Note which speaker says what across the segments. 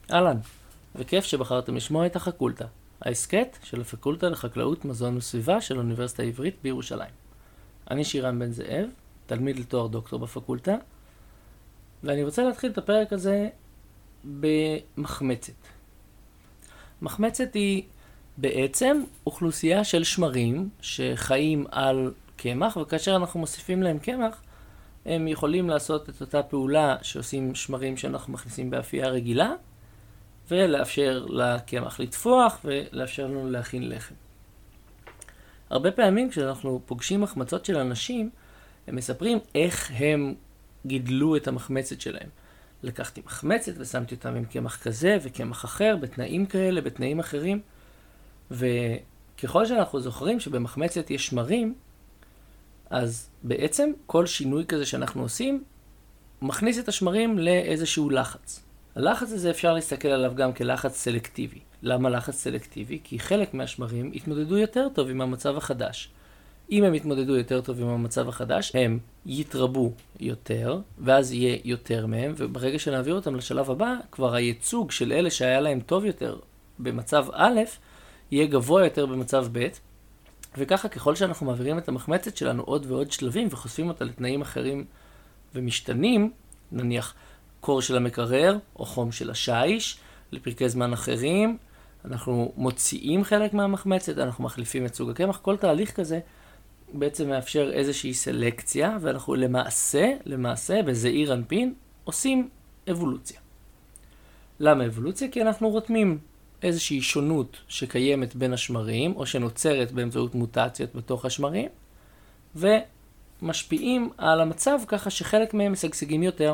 Speaker 1: אהלן, וכיף שבחרתם לשמוע את החקולטה, ההסכת של הפקולטה לחקלאות, מזון וסביבה של האוניברסיטה העברית בירושלים. אני שירן בן זאב, תלמיד לתואר דוקטור בפקולטה, ואני רוצה להתחיל את הפרק הזה במחמצת. מחמצת היא בעצם אוכלוסייה של שמרים שחיים על קמח, וכאשר אנחנו מוסיפים להם קמח, הם יכולים לעשות את אותה פעולה שעושים שמרים שאנחנו מכניסים באפייה רגילה, ולאפשר לקמח לתפוח ולאפשר לנו להכין לחם. הרבה פעמים כשאנחנו פוגשים מחמצות של אנשים, הם מספרים איך הם גידלו את המחמצת שלהם. לקחתי מחמצת ושמתי אותם עם קמח כזה וקמח אחר, בתנאים כאלה, בתנאים אחרים. וככל שאנחנו זוכרים שבמחמצת יש שמרים, אז בעצם כל שינוי כזה שאנחנו עושים, מכניס את השמרים לאיזשהו לחץ. הלחץ הזה אפשר להסתכל עליו גם כלחץ סלקטיבי. למה לחץ סלקטיבי? כי חלק מהשמרים התמודדו יותר טוב עם המצב החדש. אם הם יתמודדו יותר טוב עם המצב החדש, הם יתרבו יותר, ואז יהיה יותר מהם, וברגע שנעביר אותם לשלב הבא, כבר הייצוג של אלה שהיה להם טוב יותר במצב א', יהיה גבוה יותר במצב ב', וככה ככל שאנחנו מעבירים את המחמצת שלנו עוד ועוד שלבים, וחושפים אותה לתנאים אחרים ומשתנים, נניח קור של המקרר או חום של השיש, לפרקי זמן אחרים, אנחנו מוציאים חלק מהמחמצת, אנחנו מחליפים את סוג הקמח, כל תהליך כזה בעצם מאפשר איזושהי סלקציה, ואנחנו למעשה בזעיר אנפין עושים אבולוציה. למה אבולוציה? כי אנחנו רותמים איזושהי שונות שקיימת בין השמרים, או שנוצרת באמצעות מוטציות בתוך השמרים, ומשפיעים על המצב ככה שחלק מהם משגשגים יותר.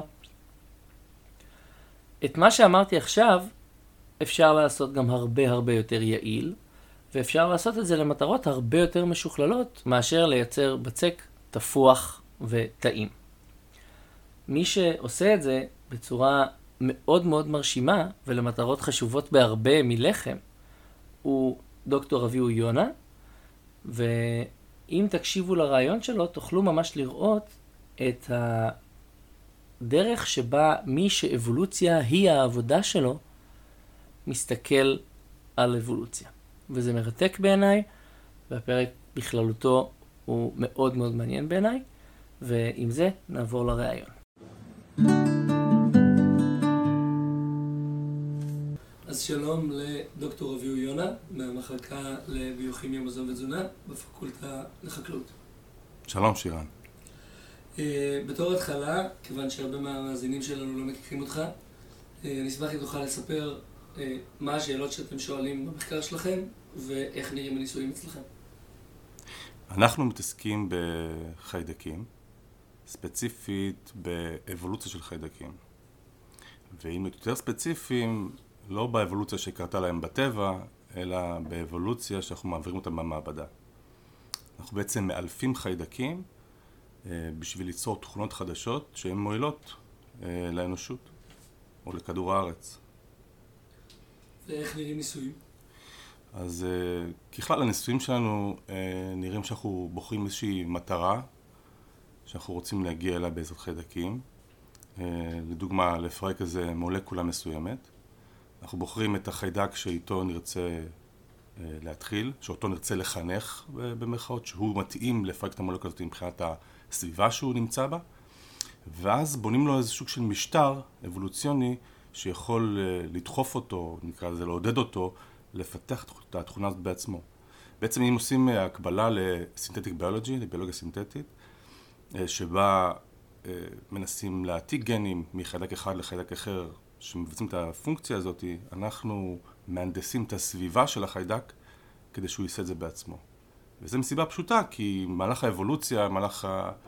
Speaker 1: את מה שאמרתי עכשיו אפשר לעשות גם הרבה יותר יעיל, ואפשר לעשות את זה למטרות הרבה יותר משוכללות מאשר לייצר בצק תפוח וטעים. מי שעושה את זה בצורה מאוד מרשימה ולמטרות חשובות בהרבה מלחם הוא דוקטור אביהו יונה, ואם תקשיבו לרעיון שלו תוכלו ממש לראות את הדרך שבה מי שאבולוציה היא העבודה שלו מסתכל על אבולוציה. וזה מרתק בעיניי, והפרק בכללותו הוא מאוד מעניין בעיניי, ועם זה נעבור לרעיון. אז שלום לדוקטור אביהו יונה, מהמחלקה לביוכימיה, מזון ותזונה, בפקולטה לחקלאות.
Speaker 2: שלום שירן.
Speaker 1: בתור התחלה, כיוון שהרבה מהמאזינים שלנו לא מכירים אותך, אני אשמח אם תוכל לספר מה השאלות שאתם שואלים במחקר שלכם, ואיך נראים הניסויים אצלכם.
Speaker 2: אנחנו מתעסקים בחיידקים, ספציפית באבולוציה של חיידקים. ואם יותר ספציפיים, לא באבולוציה שקרתה להם בטבע, אלא באבולוציה שאנחנו מעבירים אותם במעבדה. אנחנו בעצם מאלפים חיידקים בשביל ליצור תכונות חדשות שהן מועילות לאנושות או לכדור הארץ.
Speaker 1: ואיך נראים ניסויים?
Speaker 2: אז ככלל הניסויים שלנו נראים שאנחנו בוחרים איזושהי מטרה שאנחנו רוצים להגיע אליה בעזרת חיידקים. לדוגמה, לפרק איזה מולקולה מסוימת. אנחנו בוחרים את החיידק שאיתו נרצה להתחיל, שאותו נרצה לחנך במרכאות, שהוא מתאים לפרק את המולקולה הזאת מבחינת הסביבה שהוא נמצא בה, ואז בונים לו איזה סוג של משטר אבולוציוני שיכול לדחוף אותו, נקרא לזה לעודד אותו, לפתח את התכונה הזאת בעצמו. בעצם אם עושים הקבלה לסינתטיק ביולוגי, לביולוגיה סינתטית, שבה מנסים להעתיק גנים מחיידק אחד לחיידק אחר, שמבצעים את הפונקציה הזאת, אנחנו מהנדסים את הסביבה של החיידק כדי שהוא יעשה את זה בעצמו. וזו מסיבה פשוטה, כי מהלך האבולוציה, מהלך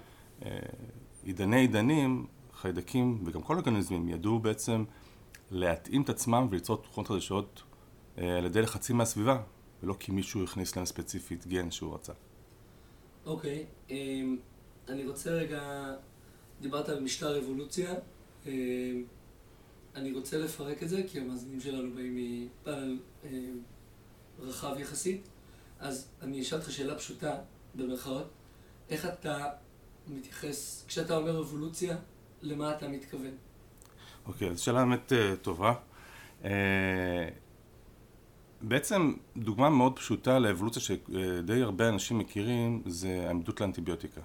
Speaker 2: עידנים, חיידקים וגם כל אורגניזמים ידעו בעצם להתאים את עצמם וליצור תכונות חדשות על ידי לחצים מהסביבה, ולא כי מישהו הכניס להם ספציפית גן שהוא רצה.
Speaker 1: אוקיי, אני רוצה רגע, דיברת על משטר אבולוציה, אני רוצה לפרק את זה, כי המאזינים שלנו באים מפאנל רחב יחסית, אז אני אשאל אותך שאלה פשוטה, במרכאות, איך אתה מתייחס, כשאתה אומר אבולוציה, למה אתה מתכוון?
Speaker 2: אוקיי, אז שאלה באמת טובה. בעצם דוגמה מאוד פשוטה לאבולוציה שדי הרבה אנשים מכירים זה עמידות לאנטיביוטיקה.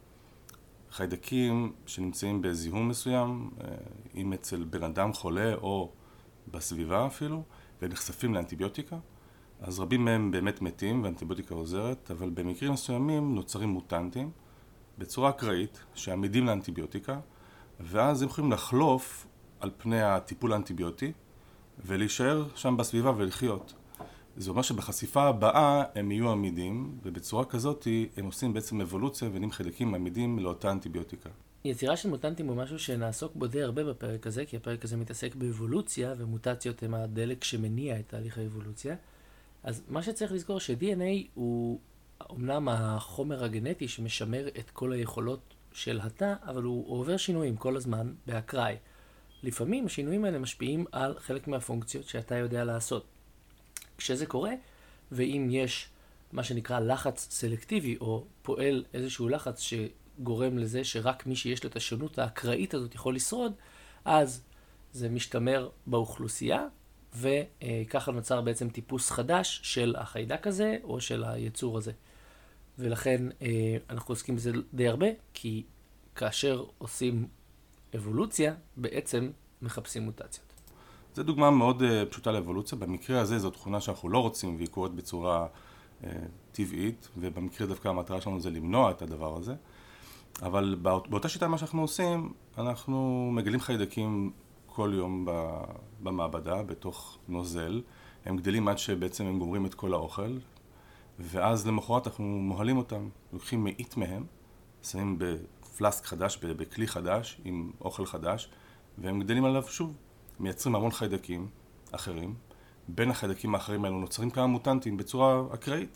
Speaker 2: חיידקים שנמצאים בזיהום מסוים, אם אצל בן אדם חולה או בסביבה אפילו, ונחשפים לאנטיביוטיקה, אז רבים מהם באמת מתים ואנטיביוטיקה עוזרת, אבל במקרים מסוימים נוצרים מוטנטים בצורה אקראית שעמידים לאנטיביוטיקה, ואז הם יכולים לחלוף על פני הטיפול האנטיביוטי ולהישאר שם בסביבה ולחיות. זה אומר שבחשיפה הבאה הם יהיו עמידים, ובצורה כזאת הם עושים בעצם אבולוציה ונהיים חיידקים עמידים לאותה אנטיביוטיקה.
Speaker 1: יצירה של מוטנטים הוא משהו שנעסוק בו די הרבה בפרק הזה, כי הפרק הזה מתעסק באבולוציה, ומוטציות הם הדלק שמניע את תהליך האבולוציה. אז מה שצריך לזכור ש-DNA הוא אמנם החומר הגנטי שמשמר את כל היכולות של התא, אבל הוא עובר שינויים כל הזמן באקראי. לפעמים השינויים האלה משפיעים על חלק מהפונקציות שאתה יודע לעשות. כשזה קורה, ואם יש מה שנקרא לחץ סלקטיבי, או פועל איזשהו לחץ שגורם לזה שרק מי שיש לו את השונות האקראית הזאת יכול לשרוד, אז זה משתמר באוכלוסייה, וככה נוצר בעצם טיפוס חדש של החיידק הזה, או של היצור הזה. ולכן אנחנו עוסקים בזה די הרבה, כי כאשר עושים אבולוציה, בעצם מחפשים מוטציות.
Speaker 2: זו דוגמה מאוד פשוטה לאבולוציה. במקרה הזה זו תכונה שאנחנו לא רוצים והיא קורית בצורה טבעית, ובמקרה דווקא המטרה שלנו זה למנוע את הדבר הזה. אבל באותה שיטה מה שאנחנו עושים, אנחנו מגלים חיידקים כל יום במעבדה, בתוך נוזל. הם גדלים עד שבעצם הם גומרים את כל האוכל, ואז למחרת אנחנו מוהלים אותם, לוקחים מאית מהם, שמים בפלסק חדש, בכלי חדש, עם אוכל חדש, והם גדלים עליו שוב. מייצרים המון חיידקים אחרים. בין החיידקים האחרים האלו נוצרים כמה מוטנטים בצורה אקראית.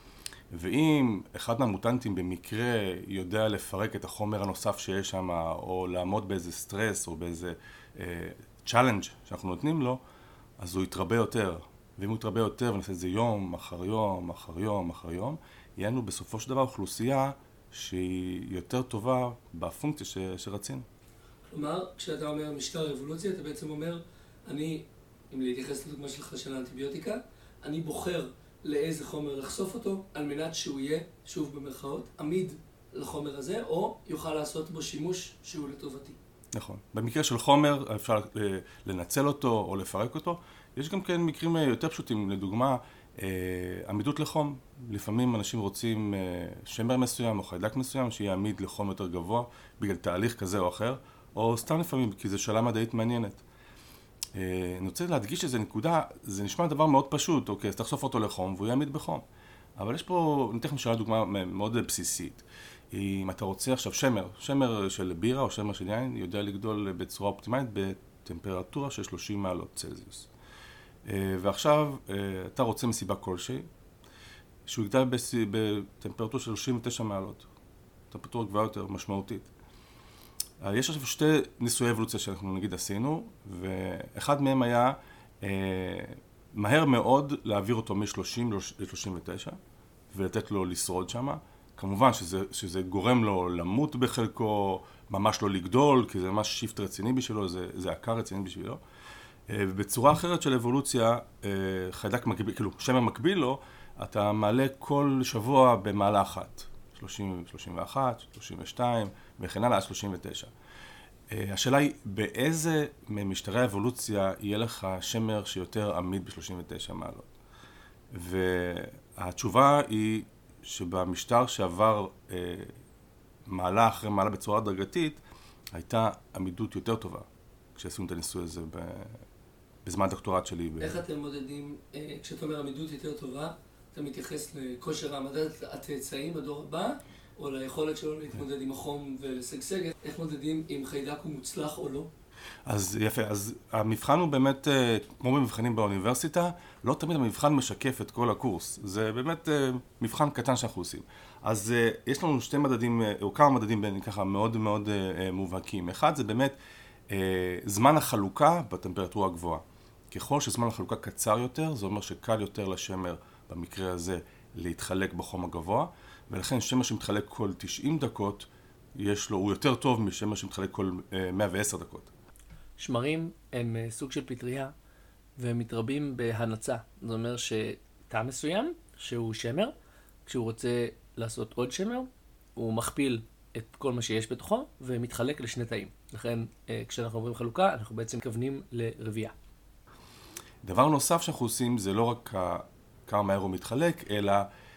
Speaker 2: ואם אחד מהמוטנטים במקרה יודע לפרק את החומר הנוסף שיש שם, או לעמוד באיזה סטרס או באיזה צ'אלנג' שאנחנו נותנים לו, אז הוא יתרבה יותר. ואם הוא יתרבה יותר ונעשה את זה יום אחר יום אחר יום אחר יום, יהיה לנו בסופו של דבר אוכלוסייה שהיא יותר טובה בפונקציה שרצינו.
Speaker 1: כלומר, כשאתה אומר משטר אבולוציה, אתה בעצם אומר, אם להתייחס לדוגמה שלך של האנטיביוטיקה, אני בוחר לאיזה חומר לחשוף אותו, על מנת שהוא יהיה, שוב במרכאות, עמיד לחומר הזה, או יוכל לעשות בו שימוש שהוא לטובתי.
Speaker 2: נכון. במקרה של חומר אפשר לנצל אותו או לפרק אותו. יש גם כן מקרים יותר פשוטים, לדוגמה, עמידות לחום. לפעמים אנשים רוצים שמר מסוים או חיידק מסוים שיהיה עמיד לחום יותר גבוה, בגלל תהליך כזה או אחר. או סתם לפעמים, כי זו שאלה מדעית מעניינת. אני רוצה להדגיש איזו נקודה, זה נשמע דבר מאוד פשוט, אוקיי, אז תחשוף אותו לחום והוא יעמיד בחום. אבל יש פה, ניתן לכם שאלה דוגמה מאוד בסיסית. אם אתה רוצה עכשיו שמר של בירה או שמר של יין, יודע לגדול בצורה אופטימלית בטמפרטורה של 30 מעלות צלזיוס. ועכשיו אתה רוצה מסיבה כלשהי, שהוא יגדל בטמפרטורה של 39 מעלות. טמפרטורה גבוהה יותר משמעותית. יש עכשיו שתי ניסויי אבולוציה שאנחנו נגיד עשינו, ואחד מהם היה מהר מאוד להעביר אותו מ-30 ל-39 ולתת לו לשרוד שם. כמובן שזה גורם לו למות בחלקו, ממש לא לגדול, כי זה ממש שיפט רציני בשבילו, זה עקר רציני בשבילו. ובצורה אחרת של אבולוציה, חיידק מקביל, כאילו שמר מקביל לו, אתה מעלה כל שבוע במעלה אחת. 30, 31, 32 וכן הלאה, 39. השאלה היא, באיזה ממשטרי האבולוציה יהיה לך שמר שיותר עמיד ב-39 מעלות? והתשובה היא שבמשטר שעבר מעלה אחרי מעלה בצורה הדרגתית, הייתה עמידות יותר טובה, כשעשינו את הניסוי הזה בזמן הדוקטורט שלי.
Speaker 1: איך אתם מודדים, כשאתה אומר עמידות יותר טובה, אתה מתייחס לכושר העמדת הצאצאים בדור הבא, או ליכולת שלו להתמודד עם החום ולסגסגת? איך מודדים אם חיידק הוא מוצלח או לא?
Speaker 2: אז יפה, אז המבחן הוא באמת, כמו במבחנים באוניברסיטה, לא תמיד המבחן משקף את כל הקורס. זה באמת מבחן קטן שאנחנו עושים. אז יש לנו שתי מדדים, או כמה מדדים ככה מאוד מאוד מובהקים. אחד זה באמת זמן החלוקה בטמפרטורה הגבוהה. ככל שזמן החלוקה קצר יותר, זה אומר שקל יותר לשמר במקרה הזה להתחלק בחום הגבוה, ולכן שמר שמתחלק כל 90 דקות, הוא יותר טוב משמר שמתחלק כל 110 דקות.
Speaker 1: שמרים הם סוג של פטריה, והם מתרבים בהנצה. זאת אומרת שתא מסוים, שהוא שמר, כשהוא רוצה לעשות עוד שמר, הוא מכפיל את כל מה שיש בתוכו, ומתחלק לשני תאים. לכן, כשאנחנו אומרים חלוקה, אנחנו בעצם מכוונים לרבייה.
Speaker 2: דבר נוסף שאנחנו עושים זה לא רק כמה מהר הוא מתחלק, אלא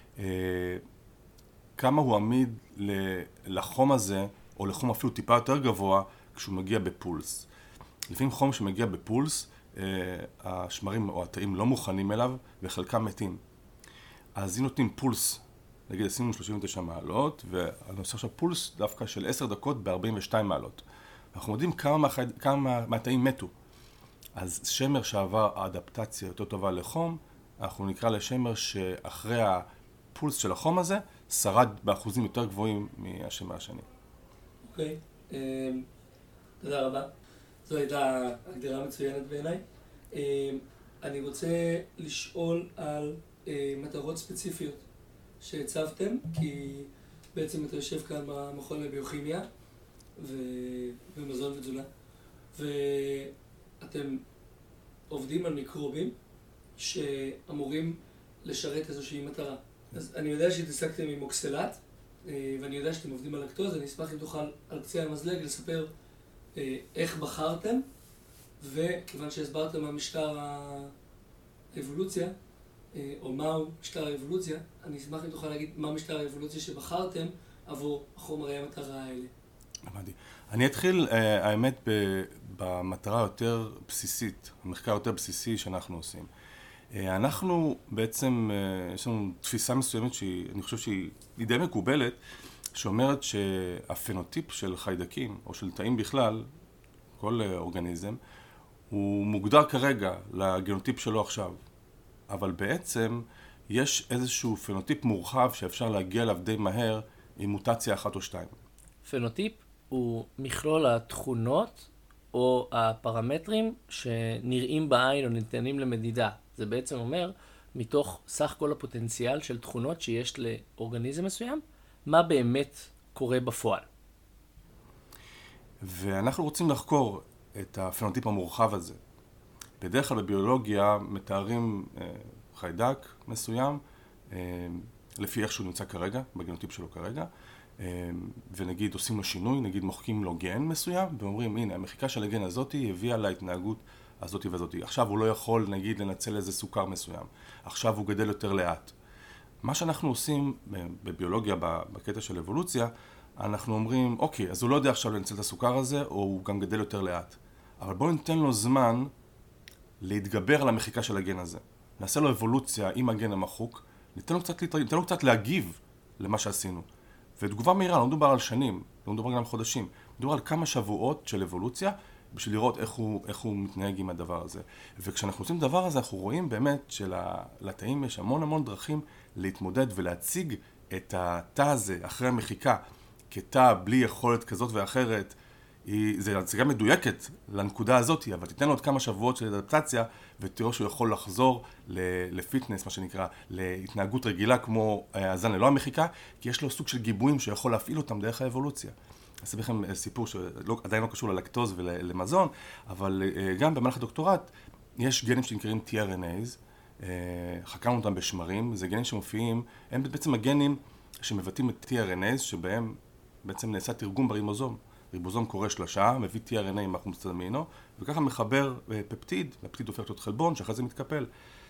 Speaker 2: כמה הוא עמיד לחום הזה, או לחום אפילו טיפה יותר גבוה, כשהוא מגיע בפולס. לפעמים חום שמגיע בפולס, השמרים או התאים לא מוכנים אליו, וחלקם מתים. אז אם נותנים פולס, נגיד עשינו 39 מעלות, והנושא עכשיו פולס דווקא של 10 דקות ב-42 מעלות. אנחנו יודעים כמה מהתאים מתו. אז שמר שעבר אדפטציה יותר טובה לחום, אנחנו נקרא לשמר שאחרי הפולס של החום הזה, שרד באחוזים יותר גבוהים מהשמר השני.
Speaker 1: אוקיי, תודה רבה. זו הייתה הגדרה מצוינת בעיניי. אני רוצה לשאול על מטרות ספציפיות שהצבתם, כי בעצם אתה יושב כאן במכון לביוכימיה ומזון ותזונה, ואתם עובדים על מיקרובים שאמורים לשרת איזושהי מטרה. אז אני יודע שהתעסקתם עם אוקסלט, ואני יודע שאתם עובדים על לקטוז, אני אשמח אם תוכל על קצה המזלג לספר איך בחרתם, וכיוון שהסברתם מה משטר האבולוציה, או מהו משטר האבולוציה, אני אשמח אם תוכל להגיד מה משטר האבולוציה שבחרתם עבור חומרי המטרה האלה.
Speaker 2: למדתי. אני אתחיל, האמת, במטרה יותר בסיסית, המחקר יותר בסיסי שאנחנו עושים. אנחנו בעצם, יש לנו תפיסה מסוימת שאני חושב שהיא די מקובלת, שאומרת שהפנוטיפ של חיידקים, או של תאים בכלל, כל אורגניזם, הוא מוגדר כרגע לגנוטיפ שלו עכשיו. אבל בעצם יש איזשהו פנוטיפ מורחב שאפשר להגיע אליו די מהר עם מוטציה אחת או שתיים.
Speaker 1: פנוטיפ הוא מכלול התכונות או הפרמטרים שנראים בעין או ניתנים למדידה. זה בעצם אומר, מתוך סך כל הפוטנציאל של תכונות שיש לאורגניזם מסוים, מה באמת קורה בפועל.
Speaker 2: ואנחנו רוצים לחקור את הפנוטיפ המורחב הזה. בדרך כלל בביולוגיה מתארים חיידק מסוים, לפי איך שהוא נמצא כרגע, בגנוטיפ שלו כרגע, ונגיד עושים לו שינוי, נגיד מוחקים לו גן מסוים, ואומרים, הנה, המחיקה של הגן הזאת הביאה להתנהגות הזאת וזאת. עכשיו הוא לא יכול, נגיד, לנצל איזה סוכר מסוים. עכשיו הוא גדל יותר לאט. מה שאנחנו עושים בביולוגיה, בקטע של אבולוציה, אנחנו אומרים, אוקיי, אז הוא לא יודע עכשיו לנצל את הסוכר הזה, או הוא גם גדל יותר לאט. אבל בואו ניתן לו זמן להתגבר על המחיקה של הגן הזה. נעשה לו אבולוציה עם הגן המחוק, ניתן לו קצת להגיב למה שעשינו. ותגובה מהירה, לא מדובר על שנים, לא מדובר גם על חודשים, מדובר על כמה שבועות של אבולוציה, בשביל לראות איך הוא מתנהג עם הדבר הזה. וכשאנחנו עושים את הדבר הזה, אנחנו רואים באמת שלתאים יש המון דרכים להתמודד ולהציג את התא הזה אחרי המחיקה, כתא בלי יכולת כזאת ואחרת. זה גם מדויקת לנקודה הזאת, אבל תיתן לו עוד כמה שבועות של אדפטציה, ותראו שהוא יכול לחזור לפיטנס, מה שנקרא, להתנהגות רגילה כמו הזן ללא המחיקה, כי יש לו סוג של גיבויים שיכול להפעיל אותם דרך האבולוציה. אעשה לכם סיפור שעדיין לא קשור ללקטוז ולמזון, אבל גם במהלך הדוקטורט יש גנים שנקראים tRNAs, חקרנו אותם בשמרים, זה גנים שמופיעים, הם בעצם הגנים שמבטאים את tRNAs, שבהם בעצם נעשה תרגום בריבוזום. ריבוזום קורא שלושה, מביא tRNA עם מחומצת אמינו, וככה מחבר פפטיד, והפפטיד הופך להיות חלבון, שאחרי זה מתקפל.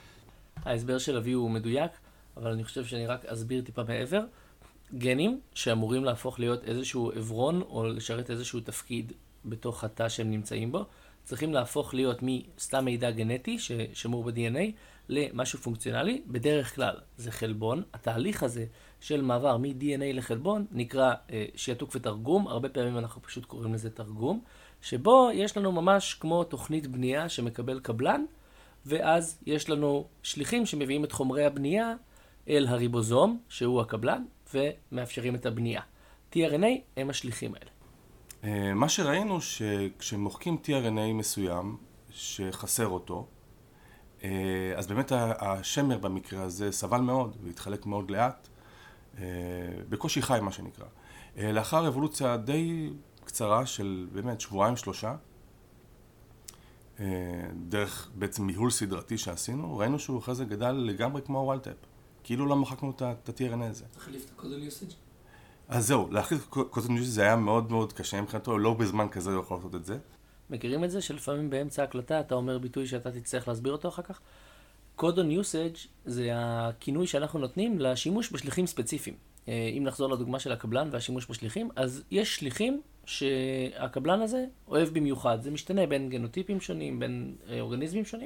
Speaker 1: ההסבר של אבי הוא מדויק, אבל אני חושב שאני רק אסביר טיפה מעבר. גנים שאמורים להפוך להיות איזשהו עברון, או לשרת איזשהו תפקיד בתוך התא שהם נמצאים בו, צריכים להפוך להיות מסתם מידע גנטי ששמור ב-DNA למשהו פונקציונלי. בדרך כלל זה חלבון. התהליך הזה של מעבר מ-DNA לחלבון נקרא שעתוק ותרגום. הרבה פעמים אנחנו פשוט קוראים לזה תרגום, שבו יש לנו ממש כמו תוכנית בנייה שמקבל קבלן, ואז יש לנו שליחים שמביאים את חומרי הבנייה אל הריבוזום, שהוא הקבלן, ומאפשרים את הבנייה. tRNA הם השליחים האלה.
Speaker 2: מה שראינו שכשמוחקים tRNA מסוים שחסר אותו, אז באמת השמר במקרה הזה סבל מאוד והתחלק מאוד לאט, בקושי חי מה שנקרא. לאחר אבולוציה די קצרה של באמת שבועיים שלושה, דרך בעצם מיהול סדרתי שעשינו, ראינו שהוא אחרי זה גדל לגמרי כמו הוואלטאפ. כאילו לא מחקנו את ה-tRNA הזה.
Speaker 1: תחליף את הקודל יוסאג'?
Speaker 2: אז זהו, להחליף את קודל יוסאג' זה היה מאוד מאוד קשה מבחינתו, לא בזמן כזה הוא יכול לעשות את זה.
Speaker 1: מכירים את זה שלפעמים באמצע ההקלטה אתה אומר ביטוי שאתה תצטרך להסביר אותו אחר כך? קודון יוסאג' זה הכינוי שאנחנו נותנים לשימוש בשליחים ספציפיים. אם נחזור לדוגמה של הקבלן והשימוש בשליחים, אז יש שליחים שהקבלן הזה אוהב במיוחד. זה משתנה בין גנוטיפים שונים, בין אורגניזמים שונים.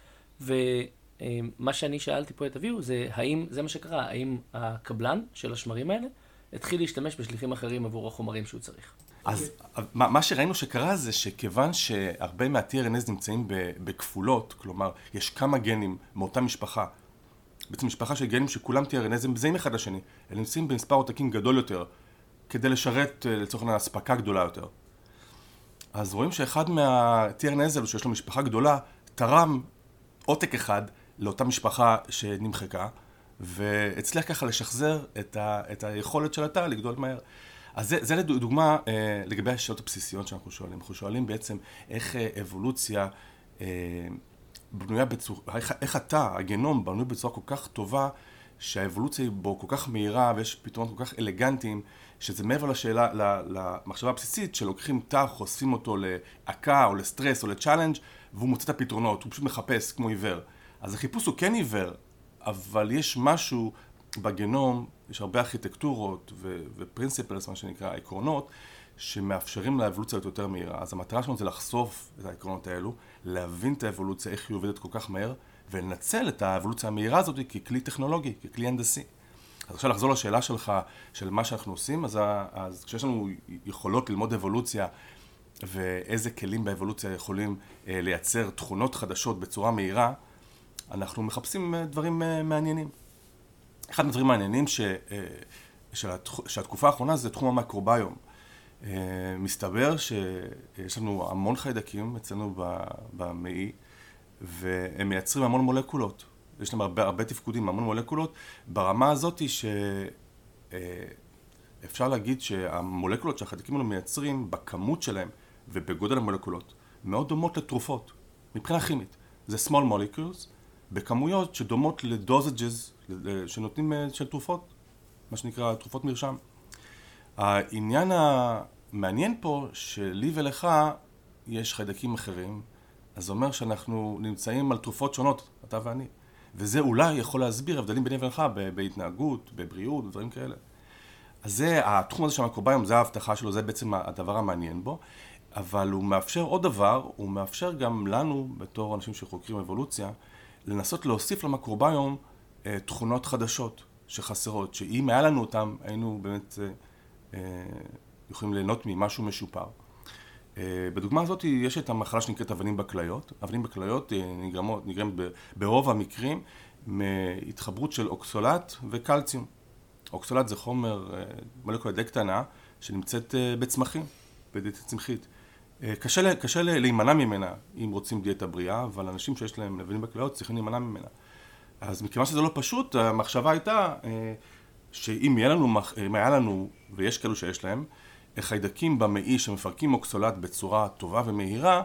Speaker 1: ומה שאני שאלתי פה את אביהו זה האם, זה מה שקרה, האם הקבלן של השמרים האלה התחיל להשתמש בשליחים אחרים עבור החומרים שהוא צריך.
Speaker 2: אז מה שראינו שקרה זה שכיוון שהרבה מה-tRNAs נמצאים בכפולות, כלומר, יש כמה גנים מאותה משפחה, בעצם משפחה של גנים שכולם tRNAs הם זהים אחד לשני, הם נמצאים במספר עותקים גדול יותר, כדי לשרת לצורך הספקה גדולה יותר. אז רואים שאחד מה-tRNAs האלו שיש לו משפחה גדולה, תרם עותק אחד לאותה משפחה שנמחקה, והצליח ככה לשחזר את היכולת של התא לגדול מהר. אז זה לדוגמה לגבי השאלות הבסיסיות שאנחנו שואלים. אנחנו שואלים בעצם איך אבולוציה בנויה בצורה, איך התא, הגנום, בנוי בצורה כל כך טובה, שהאבולוציה היא בו כל כך מהירה ויש פתרונות כל כך אלגנטיים, שזה מעבר לשאלה, למחשבה הבסיסית שלוקחים תא, חושפים אותו להקה או לסטרס או לצ'אלנג' והוא מוצא את הפתרונות, הוא פשוט מחפש כמו עיוור. אז החיפוש הוא כן עיוור, אבל יש משהו בגנום, יש הרבה ארכיטקטורות ופרינסיפלס, מה שנקרא, עקרונות, שמאפשרים לאבולוציה להיות יותר מהירה. אז המטרה שלנו זה לחשוף את העקרונות האלו, להבין את האבולוציה, איך היא עובדת כל כך מהר, ולנצל את האבולוציה המהירה הזאת ככלי טכנולוגי, ככלי הנדסי. אז עכשיו לחזור לשאלה שלך, של מה שאנחנו עושים, אז כשיש לנו יכולות ללמוד אבולוציה, ואיזה כלים באבולוציה יכולים לייצר תכונות חדשות בצורה מהירה, אנחנו מחפשים דברים מעניינים. אחד מהדברים מעניינים שהתקופה האחרונה זה תחום המיקרוביום. מסתבר שיש לנו המון חיידקים אצלנו במעי, והם מייצרים המון מולקולות. יש להם הרבה תפקודים, המון מולקולות, ברמה הזאת שאפשר להגיד שהמולקולות שהחיידקים האלה מייצרים, בכמות שלהם ובגודל המולקולות, מאוד דומות לתרופות, מבחינה כימית. זה small molecules, בכמויות שדומות לדוזג'ז שנותנים של תרופות, מה שנקרא תרופות מרשם. העניין המעניין פה שלי ולך יש חיידקים אחרים, אז זה אומר שאנחנו נמצאים על תרופות שונות, אתה ואני. וזה אולי יכול להסביר הבדלים ביני ולך בהתנהגות, בבריאות, ודברים כאלה. אז זה, התחום הזה של המיקרוביום, זה ההבטחה שלו, זה בעצם הדבר המעניין בו, אבל הוא מאפשר עוד דבר, הוא מאפשר גם לנו, בתור אנשים שחוקרים אבולוציה, לנסות להוסיף למיקרוביום תכונות חדשות שחסרות, שאם היה לנו אותם, היינו באמת יכולים ליהנות ממשהו משופר. בדוגמה הזאת יש את המחלה שנקראת אבנים בכליות. אבנים בכליות נגרמת ברוב המקרים מהתחברות של אוקסולט וקלציום. אוקסולט זה חומר, מולקולה די קטנה, שנמצאת בצמחים, בדיאטה צמחית. קשה להימנע ממנה אם רוצים דיאטה בריאה, אבל אנשים שיש להם אבנים בכליות צריכים להימנע ממנה. אז מכיוון שזה לא פשוט, המחשבה הייתה שאם היה לנו, ויש כאלו שיש להם, חיידקים במעי שמפרקים אוקסולט בצורה טובה ומהירה,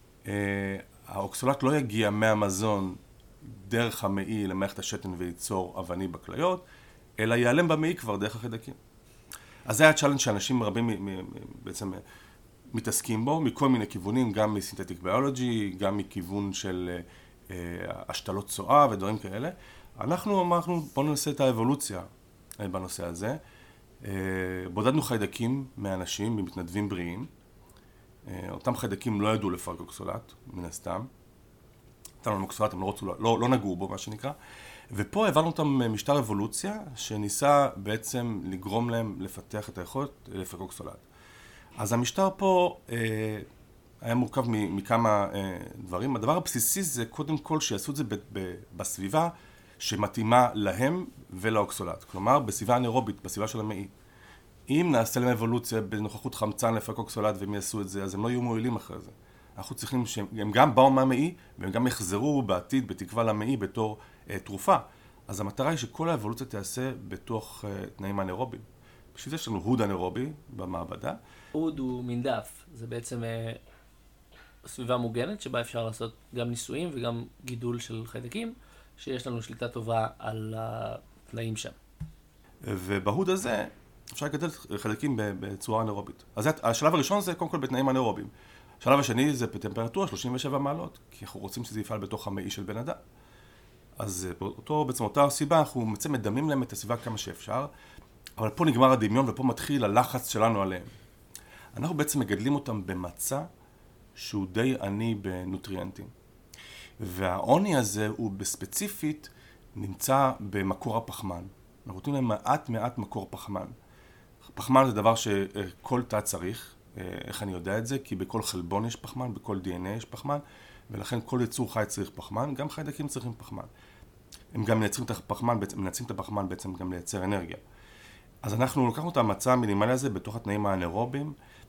Speaker 2: האוקסולט לא יגיע מהמזון דרך המעי למערכת השתן וייצור אבנים בכליות, אלא ייעלם במעי כבר דרך החיידקים. אז זה היה צ'אלנג' שאנשים רבים בעצם מתעסקים בו, מכל מיני כיוונים, גם מסינתטיק ביולוגי, גם מכיוון של השתלות צואה ודברים כאלה. אנחנו אמרנו, בואו ננסה את האבולוציה בנושא הזה. בודדנו חיידקים מאנשים, ממתנדבים בריאים. אותם חיידקים לא ידעו לפרק אוקסולט, מן הסתם. נתנו להם אוקסולט, הם לא נגעו בו, מה שנקרא. ופה הבנו אותם משטר אבולוציה, שניסה בעצם לגרום להם לפתח את היכולת לפרק אוקסולט. אז המשטר פה היה מורכב מכמה דברים. הדבר הבסיסי זה קודם כל שיעשו את זה בסביבה שמתאימה להם ולאוקסולט. כלומר, בסביבה אנאירובית, בסביבה של המעי. אם נעשה להם אבולוציה בנוכחות חמצן לפרק אוקסולט והם יעשו את זה, אז הם לא יהיו מועילים אחרי זה. אנחנו צריכים שהם גם באו מהמעי והם גם יחזרו בעתיד בתקווה למעי בתור תרופה. אז המטרה היא שכל האבולוציה תעשה בתוך תנאים אנאירוביים. בשביל זה יש לנו הוד אנאירובי במעבדה.
Speaker 1: הוד הוא מין דף, זה בעצם סביבה מוגנת, שבה אפשר לעשות גם ניסויים וגם גידול של חיידקים, שיש לנו שליטה טובה על התנאים שם.
Speaker 2: ובהוד הזה אפשר לגדל חיידקים בצורה אנאירובית. אז השלב הראשון זה קודם כל בתנאים אנאירוביים. השלב השני זה בטמפרטורה 37 מעלות, כי אנחנו רוצים שזה יפעל בתוך המעי של בן אדם. אז בעצם אותה סיבה אנחנו מדמים להם את הסביבה כמה שאפשר, אבל פה נגמר הדמיון ופה מתחיל הלחץ שלנו עליהם. אנחנו בעצם מגדלים אותם במצע שהוא די עני בנוטריאנטים. והעוני הזה הוא בספציפית נמצא במקור הפחמן. אנחנו נותנים להם מעט מקור פחמן. פחמן זה דבר שכל תא צריך. איך אני יודע את זה? כי בכל חלבון יש פחמן, בכל DNA יש פחמן, ולכן כל יצור חי צריך פחמן, גם חיידקים צריכים פחמן. הם גם מנצלים את הפחמן בעצם גם לייצר אנרגיה. אז אנחנו לקחנו את המצע המינימלי הזה בתוך התנאים האנאירוביים,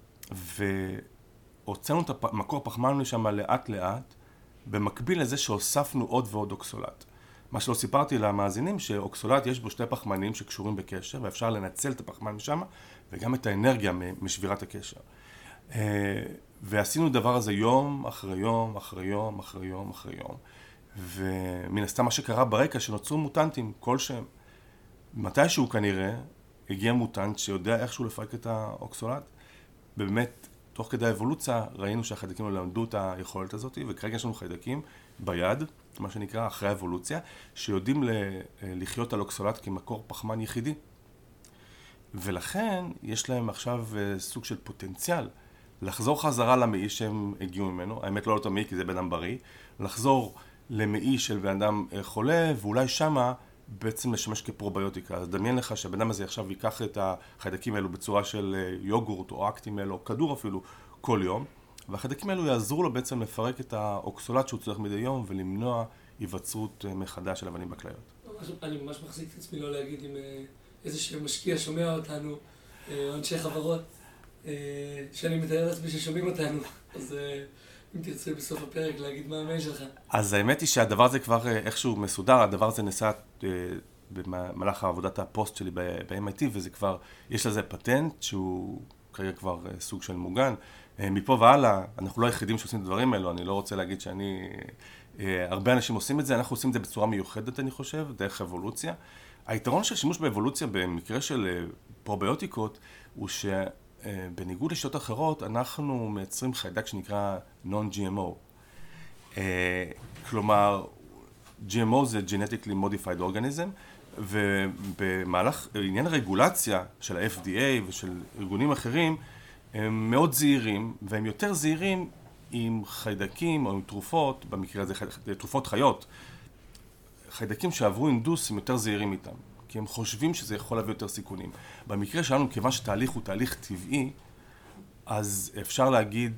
Speaker 2: והוצאנו את מקור הפחמן לשם לאט לאט, במקביל לזה שהוספנו עוד ועוד אוקסולט. מה שלא סיפרתי למאזינים, שאוקסולט יש בו שתי פחמנים שקשורים בקשר, ואפשר לנצל את הפחמן משם, וגם את האנרגיה משבירת הקשר. ועשינו דבר הזה יום אחרי יום, אחרי יום, אחרי יום, אחרי יום. ומן הסתם מה שקרה ברקע, שנוצרו מוטנטים כלשהם. מתישהו כנראה הגיע מוטנט שיודע איכשהו לפרק את האוקסולט. באמת, תוך כדי האבולוציה, ראינו שהחיידקים למדו את היכולת הזאת, וכרגע יש לנו חיידקים ביד, מה שנקרא אחרי האבולוציה, שיודעים לחיות על אוקסולט כמקור פחמן יחידי. ולכן יש להם עכשיו סוג של פוטנציאל לחזור חזרה למעי שהם הגיעו ממנו, האמת לא לאותו מעי כי זה בן אדם בריא, לחזור למעי של בן אדם חולה, ואולי שמה בעצם לשמש כפרוביוטיקה. אז דמיין לך שהבן אדם הזה עכשיו ייקח את החיידקים האלו בצורה של יוגורט או אקטימל או כדור אפילו כל יום, והחיידקים האלו יעזרו לו בעצם לפרק את האוקסולט שהוא צריך מדי יום ולמנוע היווצרות מחדש של אבנים בכליות.
Speaker 3: אני ממש מחזיק את עצמי לא להגיד אם איזשהו משקיע שומע אותנו, אנשי חברות, שאני מתאר לעצמי ששומעים אותנו, אז אם תרצה בסוף הפרק להגיד מה המייל שלך.
Speaker 2: אז האמת היא שהדבר הזה כבר איכשהו מסודר, הדבר הזה נעשה במהלך עבודת הפוסט שלי ב-MIT, וזה כבר, יש לזה פטנט שהוא כרגע כבר סוג של מוגן. מפה והלאה, אנחנו לא היחידים שעושים את הדברים האלו, אני לא רוצה להגיד הרבה אנשים עושים את זה, אנחנו עושים את זה בצורה מיוחדת, אני חושב, דרך אבולוציה. היתרון של שימוש באבולוציה במקרה של פרוביוטיקות הוא שבניגוד לשיטות אחרות אנחנו מייצרים חיידק שנקרא non-GMO. כלומר, GMO זה Genetically Modified Organism, ובמהלך עניין הרגולציה של ה-FDA ושל ארגונים אחרים הם מאוד זהירים, והם יותר זהירים עם חיידקים או עם תרופות, במקרה הזה תרופות חיות. חיידקים שעברו אינדוס הם יותר זהירים איתם, כי הם חושבים שזה יכול להביא יותר סיכונים. במקרה שלנו, כיוון שתהליך הוא תהליך טבעי, אז אפשר להגיד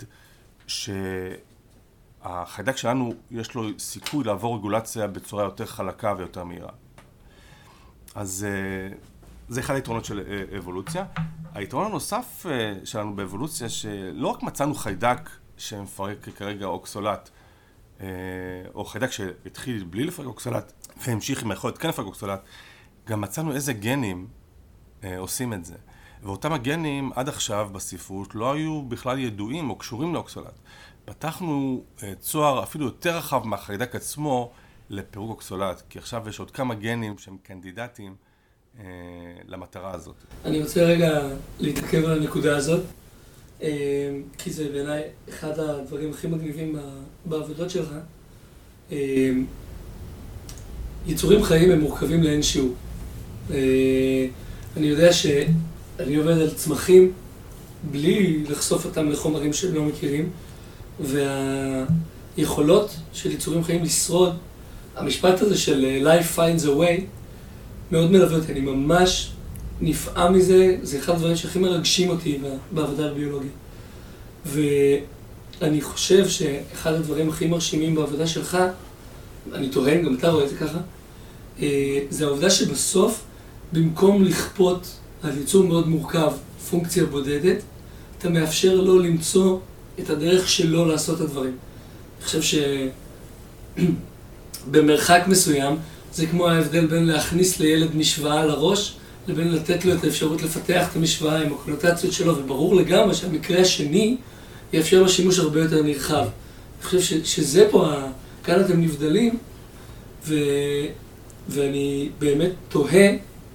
Speaker 2: שהחיידק שלנו יש לו סיכוי לעבור רגולציה בצורה יותר חלקה ויותר מהירה. אז זה אחד היתרונות של אבולוציה. היתרון הנוסף שלנו באבולוציה, שלא רק מצאנו חיידק שמפרק כרגע אוקסולט, או חיידק שהתחיל בלי לפרק אוקסולט, והמשיך עם היכולת כן לפרק אוקסולט, גם מצאנו איזה גנים עושים את זה. ואותם הגנים עד עכשיו בספרות לא היו בכלל ידועים או קשורים לאוקסולט. פתחנו צוהר אפילו יותר רחב מהחיידק עצמו לפירוק אוקסולט, כי עכשיו יש עוד כמה גנים שהם קנדידטים למטרה הזאת.
Speaker 3: אני רוצה רגע להתעכב על הנקודה הזאת, כי זה בעיניי אחד הדברים הכי מגניבים בעבודות שלך. יצורים חיים הם מורכבים לאין שיעור. אני יודע שאני עובד על צמחים בלי לחשוף אותם לחומרים שהם לא מכירים, והיכולות של יצורים חיים לשרוד, המשפט הזה של life finds a way, מאוד מלווה אותי, אני ממש נפעם מזה, זה אחד הדברים שהכי מרגשים אותי בעבודה בביולוגיה. ואני חושב שאחד הדברים הכי מרשימים בעבודה שלך, אני טוען, גם אתה רואה את זה ככה, זה העובדה שבסוף, במקום לכפות על יצור מאוד מורכב, פונקציה בודדת, אתה מאפשר לו למצוא את הדרך שלו לעשות את הדברים. אני חושב שבמרחק מסוים, זה כמו ההבדל בין להכניס לילד משוואה לראש, לבין לתת לו את האפשרות לפתח את המשוואה עם הקונוטציות שלו, וברור לגמרי שהמקרה השני יאפשר לו שימוש הרבה יותר נרחב. אני חושב שזה פה, כאן אתם נבדלים, ואני באמת תוהה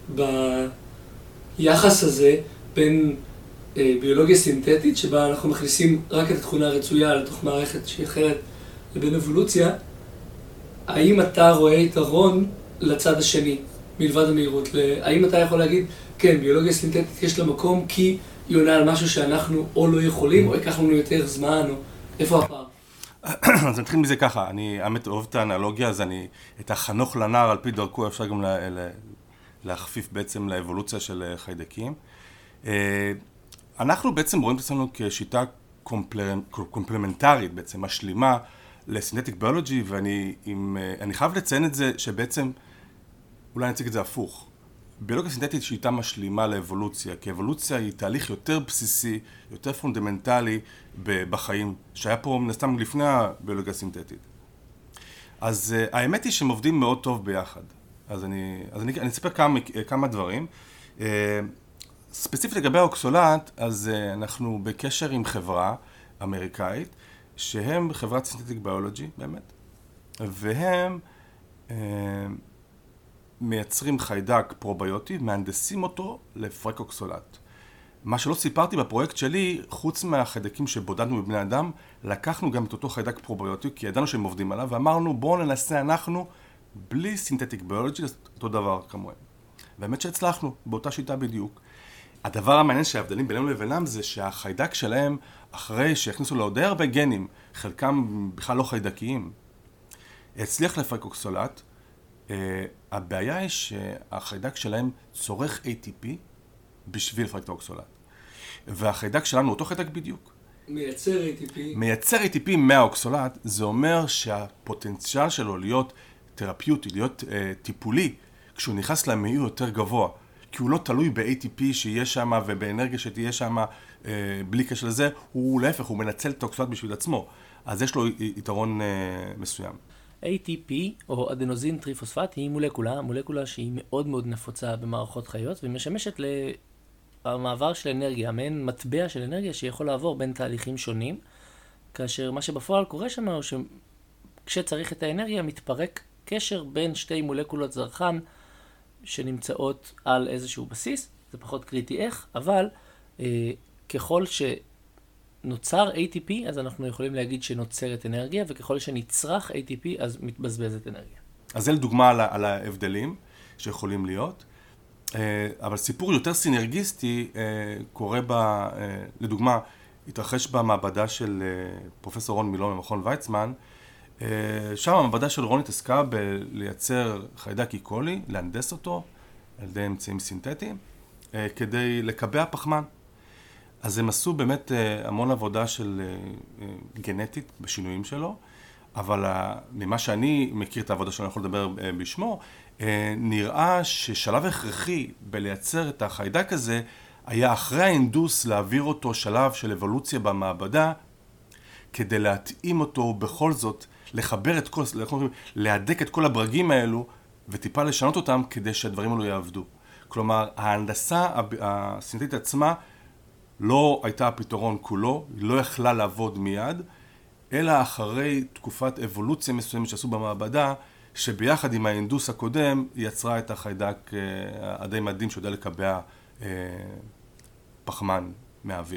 Speaker 3: ביחס הזה בין ביולוגיה סינתטית, שבה אנחנו מכניסים רק את התכונה הרצויה לתוך מערכת שהיא אחרת, לבין אבולוציה. האם אתה רואה יתרון לצד השני, מלבד המהירות? האם אתה יכול להגיד, כן, ביולוגיה סינתטית יש לה מקום כי היא עונה על משהו שאנחנו או לא יכולים, או ייקח לנו יותר זמן, או איפה הפער?
Speaker 2: אז נתחיל מזה ככה, אני האמת אוהב את האנלוגיה, אז את החנוך לנער על פי דרכו אפשר גם להכפיף בעצם לאבולוציה של חיידקים. אנחנו בעצם רואים את עצמנו כשיטה קומפלמנטרית, בעצם משלימה לסינתטיק ביולוגי, ואני חייב לציין את זה שבעצם, אולי נציג את זה הפוך. ביולוגיה סינתטית היא שיטה משלימה לאבולוציה, כי אבולוציה היא תהליך יותר בסיסי, יותר פונדמנטלי בחיים, שהיה פה נסתם לפני הביולוגיה הסינתטית. אז האמת היא שהם עובדים מאוד טוב ביחד. אז אני אספר כמה דברים. ספציפית לגבי האוקסולט, אז אנחנו בקשר עם חברה אמריקאית, שהם חברת סינתטיק ביולוגי, באמת, והם מייצרים חיידק פרוביוטי, מהנדסים אותו לפרק אוקסולט. מה שלא סיפרתי בפרויקט שלי, חוץ מהחיידקים שבודדנו בבני אדם, לקחנו גם את אותו חיידק פרוביוטי, כי ידענו שהם עובדים עליו, ואמרנו בואו ננסה אנחנו, בלי סינתטיק ביולוגי, אותו דבר כמוהם. באמת שהצלחנו, באותה שיטה בדיוק. הדבר המעניין שההבדלים בינינו לבינם זה שהחיידק שלהם, אחרי שהכניסו לו די הרבה גנים, חלקם בכלל לא חיידקיים, הצליח לפרק אוקסולט. הבעיה היא שהחיידק שלהם צורך ATP בשביל לפרק את האוקסולט. והחיידק שלנו, אותו חיידק בדיוק. מייצר ATP מהאוקסולט, זה אומר שהפוטנציאל שלו להיות תרפיוטי, להיות טיפולי, כשהוא נכנס למהיר יותר גבוה, כי הוא לא תלוי ב-ATP שיהיה שם ובאנרגיה שתהיה שם בלי קשר לזה, הוא להפך, הוא מנצל את האוקסולט בשביל עצמו. אז יש לו יתרון מסוים.
Speaker 1: ATP, או אדנוזין טריפוספט, היא מולקולה שהיא מאוד מאוד נפוצה במערכות חיות, ומשמשת למעבר של אנרגיה, מעין מטבע של אנרגיה שיכול לעבור בין תהליכים שונים, כאשר מה שבפועל קורה שם הוא שכשצריך את האנרגיה מתפרק קשר בין שתי מולקולות זרחן שנמצאות על איזשהו בסיס, זה פחות קריטי איך, אבל ככל שנוצר ATP, אז אנחנו יכולים להגיד שנוצרת אנרגיה, וככל שנצרך ATP, אז מתבזבזת אנרגיה.
Speaker 2: אז זה לדוגמה על ההבדלים שיכולים להיות, אבל סיפור יותר סינרגיסטי קורה לדוגמה, התרחש במעבדה של פרופסור רון מילון ממכון ויצמן, שם המעבדה של רון התעסקה בלייצר חיידק איקולי, להנדס אותו על ידי אמצעים סינתטיים, כדי לקבע פחמן. אז הם עשו באמת המון עבודה של גנטית בשינויים שלו, אבל ממה שאני מכיר את העבודה שלו, אני יכול לדבר בשמו, נראה ששלב הכרחי בלייצר את החיידק הזה, היה אחרי האינדוס להעביר אותו שלב של אבולוציה במעבדה, כדי להתאים אותו בכל זאת, לחבר את כל, להדק את כל הברגים האלו, וטיפה לשנות אותם כדי שהדברים האלו יעבדו. כלומר, ההנדסה הסינתטית עצמה לא הייתה הפתרון כולו, היא לא יכלה לעבוד מיד, אלא אחרי תקופת אבולוציה מסוימת שעשו במעבדה, שביחד עם האינדוס הקודם יצרה את החיידק הדי מדהים שיודע לקבע פחמן מהאוויר.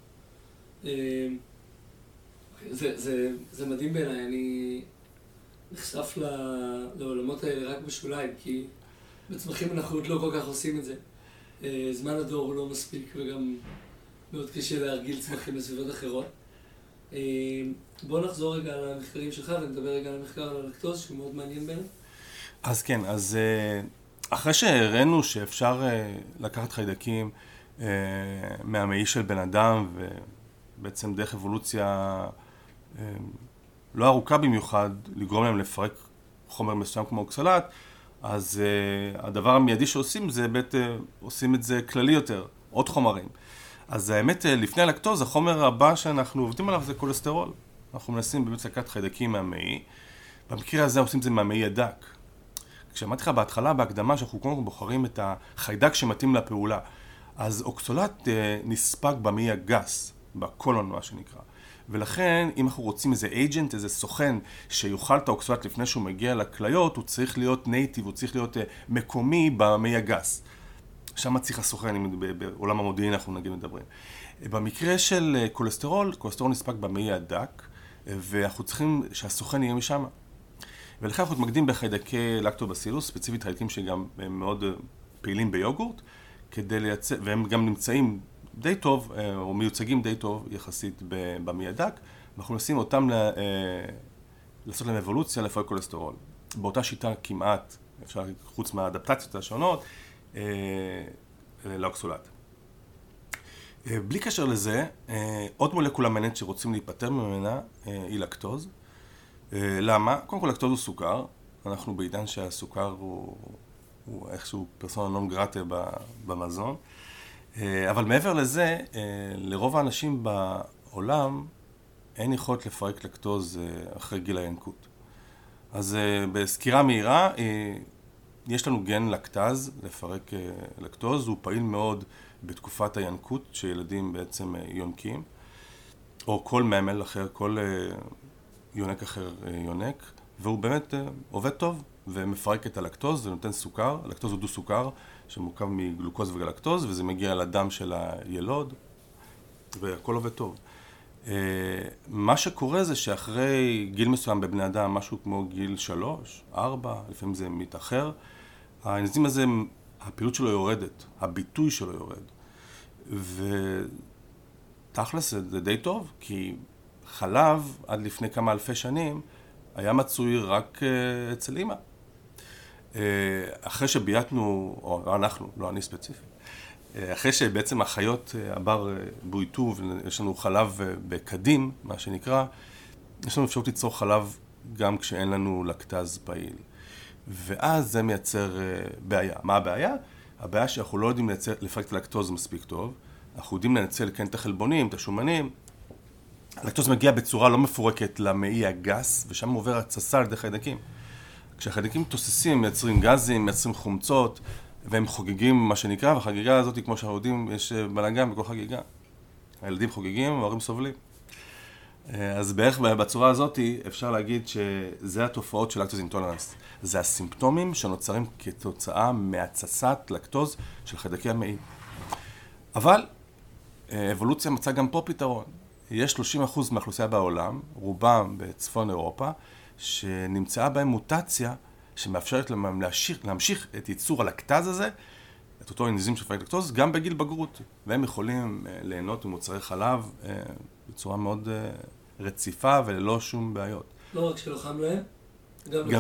Speaker 3: זה מדהים בעיניי, אני נחשף לעולמות האלה רק בשוליים, כי בצמחים אנחנו עוד לא כל כך עושים את זה. זמן הדור הוא לא מספיק וגם מאוד קשה להרגיל צמחים לסביבות אחרות. בוא נחזור רגע על המחקרים שלך ונדבר רגע על המחקר על הלקטוז שהוא מאוד מעניין בעיניי.
Speaker 2: אז כן, אז אחרי שהראינו שאפשר לקחת חיידקים מהמעי של בן אדם ובעצם דרך אבולוציה לא ארוכה במיוחד לגרום להם לפרק חומר מסוים כמו אוקסולט, אז הדבר המיידי שעושים זה עושים את זה כללי יותר, עוד חומרים. אז האמת, לפני הלקטוז, החומר הבא שאנחנו עובדים עליו זה כולסטרול. אנחנו מנסים באמת לקחת חיידקים מהמעי. במקרה הזה עושים את זה מהמעי הדק. כשאמרתי לך בהתחלה, בהקדמה, שאנחנו קודם כל בוחרים את החיידק שמתאים לפעולה. אז אוקסולט נספק במעי הגס, בקולון מה שנקרא. ולכן, אם אנחנו רוצים איזה agent, איזה סוכן שיוכל את האוקסולט לפני שהוא מגיע לכליות, הוא צריך להיות נייטיב, הוא צריך להיות מקומי במעי הגס. שם צריך הסוכן, בעולם המודיעין אנחנו נגיד מדברים. במקרה של כולסטרול, כולסטרול נספק במעי הדק, ואנחנו צריכים שהסוכן יהיה משם. ולכן אנחנו מתמקדים בחיידקי לקטובסילוס, ספציפית חיידקים שגם הם מאוד פעילים ביוגורט, והם גם נמצאים די טוב, או מיוצגים די טוב יחסית במעי הדק, ואנחנו נשים אותם לעשות להם אבולוציה לפרק כולסטרול. באותה שיטה כמעט, אפשר חוץ מהאדפטציות השונות, לאוקסולט. בלי קשר לזה, עוד מולקולה מעניינת שרוצים להיפטר ממנה היא לקטוז. למה? קודם כל לקטוז הוא סוכר. אנחנו בעידן שהסוכר הוא איכשהו פרסונה נון גרטה במזון. אבל מעבר לזה, לרוב האנשים בעולם אין יכולת לפרק לקטוז אחרי גיל הינקות. אז בסקירה מהירה, יש לנו גן לקטז, לפרק לקטוז, הוא פעיל מאוד בתקופת הינקות, שילדים בעצם יונקים, או כל ממל אחר, כל יונק אחר יונק, והוא באמת עובד טוב, ומפרק את הלקטוז, זה נותן סוכר, הלקטוז הוא דו סוכר, שמורכב מגלוקוז וגלקטוז, וזה מגיע לדם של הילוד, והכל עובד טוב. מה שקורה זה שאחרי גיל מסוים בבני אדם, משהו כמו גיל 3, 4, לפעמים זה מתאחר, האנזים הזה, הפעילות שלו יורדת, הביטוי שלו יורד. ותכלס זה די טוב, כי חלב עד לפני כמה אלפי שנים היה מצוי רק אצל אמא. אחרי שבייתנו, או אנחנו, לא אני ספציפי, אחרי שבעצם החיות הבר בויתו ויש לנו חלב בקדים, מה שנקרא, יש לנו אפשרות ליצור חלב גם כשאין לנו לקטז פעיל. ואז זה מייצר בעיה. מה הבעיה? הבעיה שאנחנו לא יודעים לפרק את הלקטוז מספיק טוב, אנחנו יודעים לנצל כן את החלבונים, את השומנים. הלקטוז מגיע בצורה לא מפורקת למעי הגס, ושם עובר התססה על ידי חיידקים. כשהחיידקים תוססים, מייצרים גזים, מייצרים חומצות, והם חוגגים מה שנקרא, והחגיגה הזאת, כמו שאנחנו יודעים, יש בלגן בכל חגיגה. הילדים חוגגים, ההורים סובלים. אז בערך בצורה הזאת אפשר להגיד שזה התופעות של לקטוז אינטולרנס. זה הסימפטומים שנוצרים כתוצאה מהתססת לקטוז של חיידקי המעי. אבל אבולוציה מצאה גם פה פתרון. יש 30% מהאוכלוסייה בעולם, רובם בצפון אירופה, שנמצאה בהם מוטציה שמאפשרת להם להמשיך את ייצור הלקטז הזה, את אותו אנזים של פרק לקטוז, גם בגיל בגרות. והם יכולים ליהנות ממוצרי חלב בצורה מאוד רציפה וללא שום בעיות.
Speaker 3: לא רק שלא חם להם,
Speaker 2: גם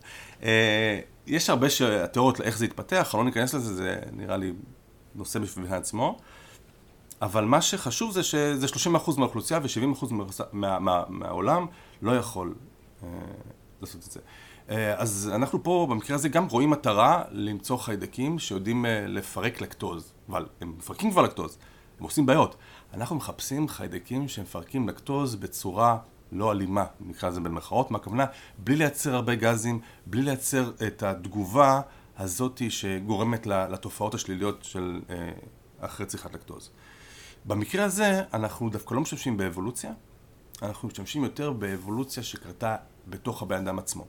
Speaker 2: יש הרבה תיאוריות לאיך זה יתפתח, לא ניכנס לזה, זה נראה לי נושא בפני עצמו. אבל מה שחשוב זה שזה 30% מהאוכלוסייה ו-70% מהעולם לא יכול לעשות את זה. אז אנחנו פה במקרה הזה גם רואים מטרה למצוא חיידקים שיודעים לפרק לקטוז, אבל הם מפרקים כבר לקטוז, הם עושים בעיות. אנחנו מחפשים חיידקים שמפרקים לקטוז בצורה לא אלימה, נקרא לזה במרכאות, מה הכוונה? בלי לייצר הרבה גזים, בלי לייצר את התגובה הזאת שגורמת לתופעות השליליות של אחרי צריכת לקטוז. במקרה הזה אנחנו דווקא לא משתמשים באבולוציה, אנחנו משתמשים יותר באבולוציה שקרתה בתוך הבן אדם עצמו.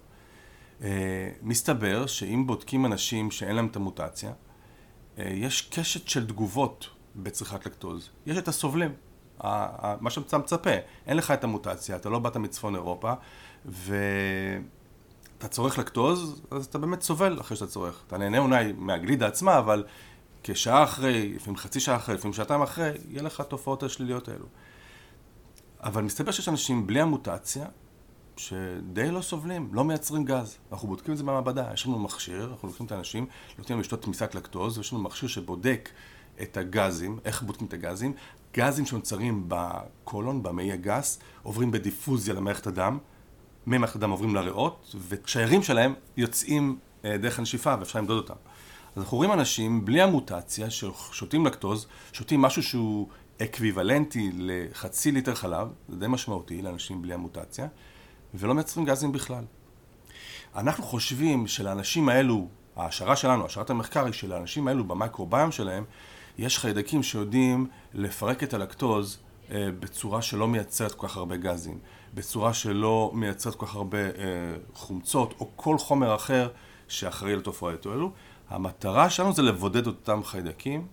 Speaker 2: מסתבר שאם בודקים אנשים שאין להם את המוטציה, יש קשת של תגובות בצריכת לקטוז. יש את הסובלים, מה שאתה מצפה. אין לך את המוטציה, אתה לא באת מצפון אירופה, ואתה צורך לקטוז, אז אתה באמת סובל אחרי שאתה צורך. אתה נהנה אולי מהגלידה עצמה, אבל כשעה אחרי, לפעמים חצי שעה אחרי, לפעמים שעתיים אחרי, יהיה לך תופעות השליליות האלו. אבל מסתבר שיש אנשים בלי המוטציה, שדי לא סובלים, לא מייצרים גז. אנחנו בודקים את זה במעבדה. יש לנו מכשיר, אנחנו לוקחים את האנשים, נותנים להם לשתות תמיסת לקטוז, ויש לנו מכשיר שבודק את הגזים, איך בודקים את הגזים. גזים שנוצרים בקולון, במעי הגס, עוברים בדיפוזיה למערכת הדם, ממערכת הדם עוברים לריאות, והשיירים שלהם יוצאים דרך הנשיפה, ואפשר למדוד אותם. אז אנחנו רואים אנשים בלי המוטציה, ששותים לקטוז, שותים משהו שהוא אקוויוולנטי לחצי ליטר חלב, זה די משמעותי לאנשים בלי המוטציה, ולא מייצרים גזים בכלל. אנחנו חושבים שלאנשים האלו, ההשערה שלנו, השערת המחקר היא שלאנשים האלו במיקרוביום שלהם, יש חיידקים שיודעים לפרק את הלקטוז בצורה שלא מייצרת כל כך הרבה גזים, בצורה שלא מייצרת כל כך הרבה חומצות, או כל חומר אחר שאחראי לתופעות האלו. המטרה שלנו זה לבודד אותם חיידקים,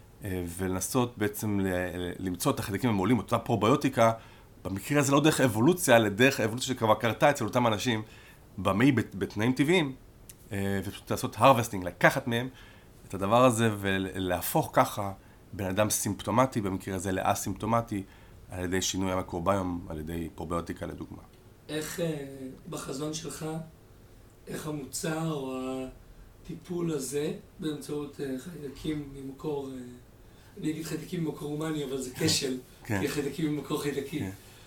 Speaker 2: ולנסות בעצם למצוא את החיידקים המעולים, אותה פרוביוטיקה, במקרה הזה לא דרך אבולוציה, אלא דרך האבולוציה שכבר קרתה אצל אותם אנשים, במעי בתנאים טבעיים, ופשוט לעשות הרווסטינג, לקחת מהם את הדבר הזה ולהפוך ככה בן אדם סימפטומטי, במקרה הזה לאסימפטומטי, על ידי שינוי המיקרוביום, על ידי פרוביוטיקה לדוגמה.
Speaker 3: איך בחזון שלך, איך המוצר או הטיפול הזה, באמצעות חיידקים ממקור, אני אגיד חיידקים ממקור הומני, אבל זה כשל, כי חיידקים ממקור חיידקים.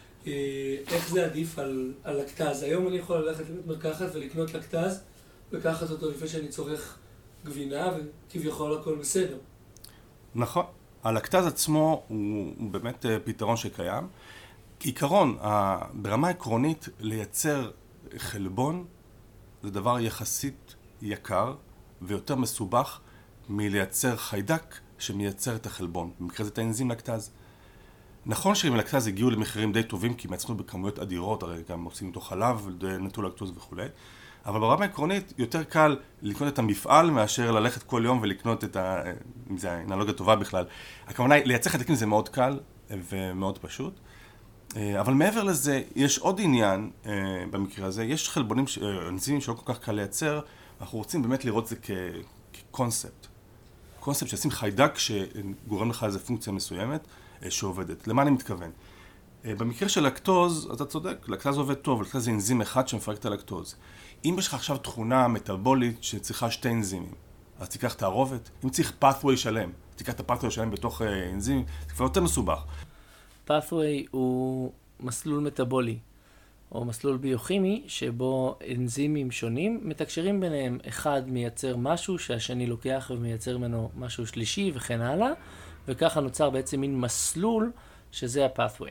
Speaker 3: איך זה עדיף על לקטז? היום אני יכול ללכת לבית מרקחת ולקנות לקטז, לקחת אותו לפני שאני צורך גבינה, וכביכול הכל בסדר.
Speaker 2: נכון. הלקטז עצמו הוא באמת פתרון שקיים. כעיקרון, ברמה עקרונית, לייצר חלבון זה דבר יחסית יקר ויותר מסובך מלייצר חיידק שמייצר את החלבון. במקרה זה את האנזים לקטז. נכון שעם לקטז הגיעו למחירים די טובים, כי מייצרו בכמויות אדירות, הרי גם עושים איתו חלב, נטול לקטוז וכו'. אבל ברמה עקרונית יותר קל לקנות את המפעל מאשר ללכת כל יום ולקנות את אם זה האנלוגיה טובה בכלל. הכוונה היא, לייצר חיידקים זה מאוד קל ומאוד פשוט. אבל מעבר לזה, יש עוד עניין במקרה הזה, יש חלבונים, אנזימים שלא כל כך קל לייצר, אנחנו רוצים באמת לראות את זה כקונספט. קונספט שעושים חיידק שגורם לך איזו פונקציה מסוימת שעובדת. למה אני מתכוון? במקרה של לקטוז, אתה צודק, לקטוז עובד טוב, לקטוז זה אנזים אחד שמפרק את הלקטוז. אם יש לך עכשיו תכונה מטאבולית שצריכה שתי אנזימים, אז תיקח תערובת. אם צריך pathway שלם, תיקח את ה-pathway שלם בתוך אנזים, זה כבר יותר מסובך.
Speaker 1: pathway הוא מסלול מטאבולי, או מסלול ביוכימי, שבו אנזימים שונים מתקשרים ביניהם. אחד מייצר משהו שהשני לוקח ומייצר ממנו משהו שלישי וכן הלאה, וככה נוצר בעצם מין מסלול שזה ה-pathway.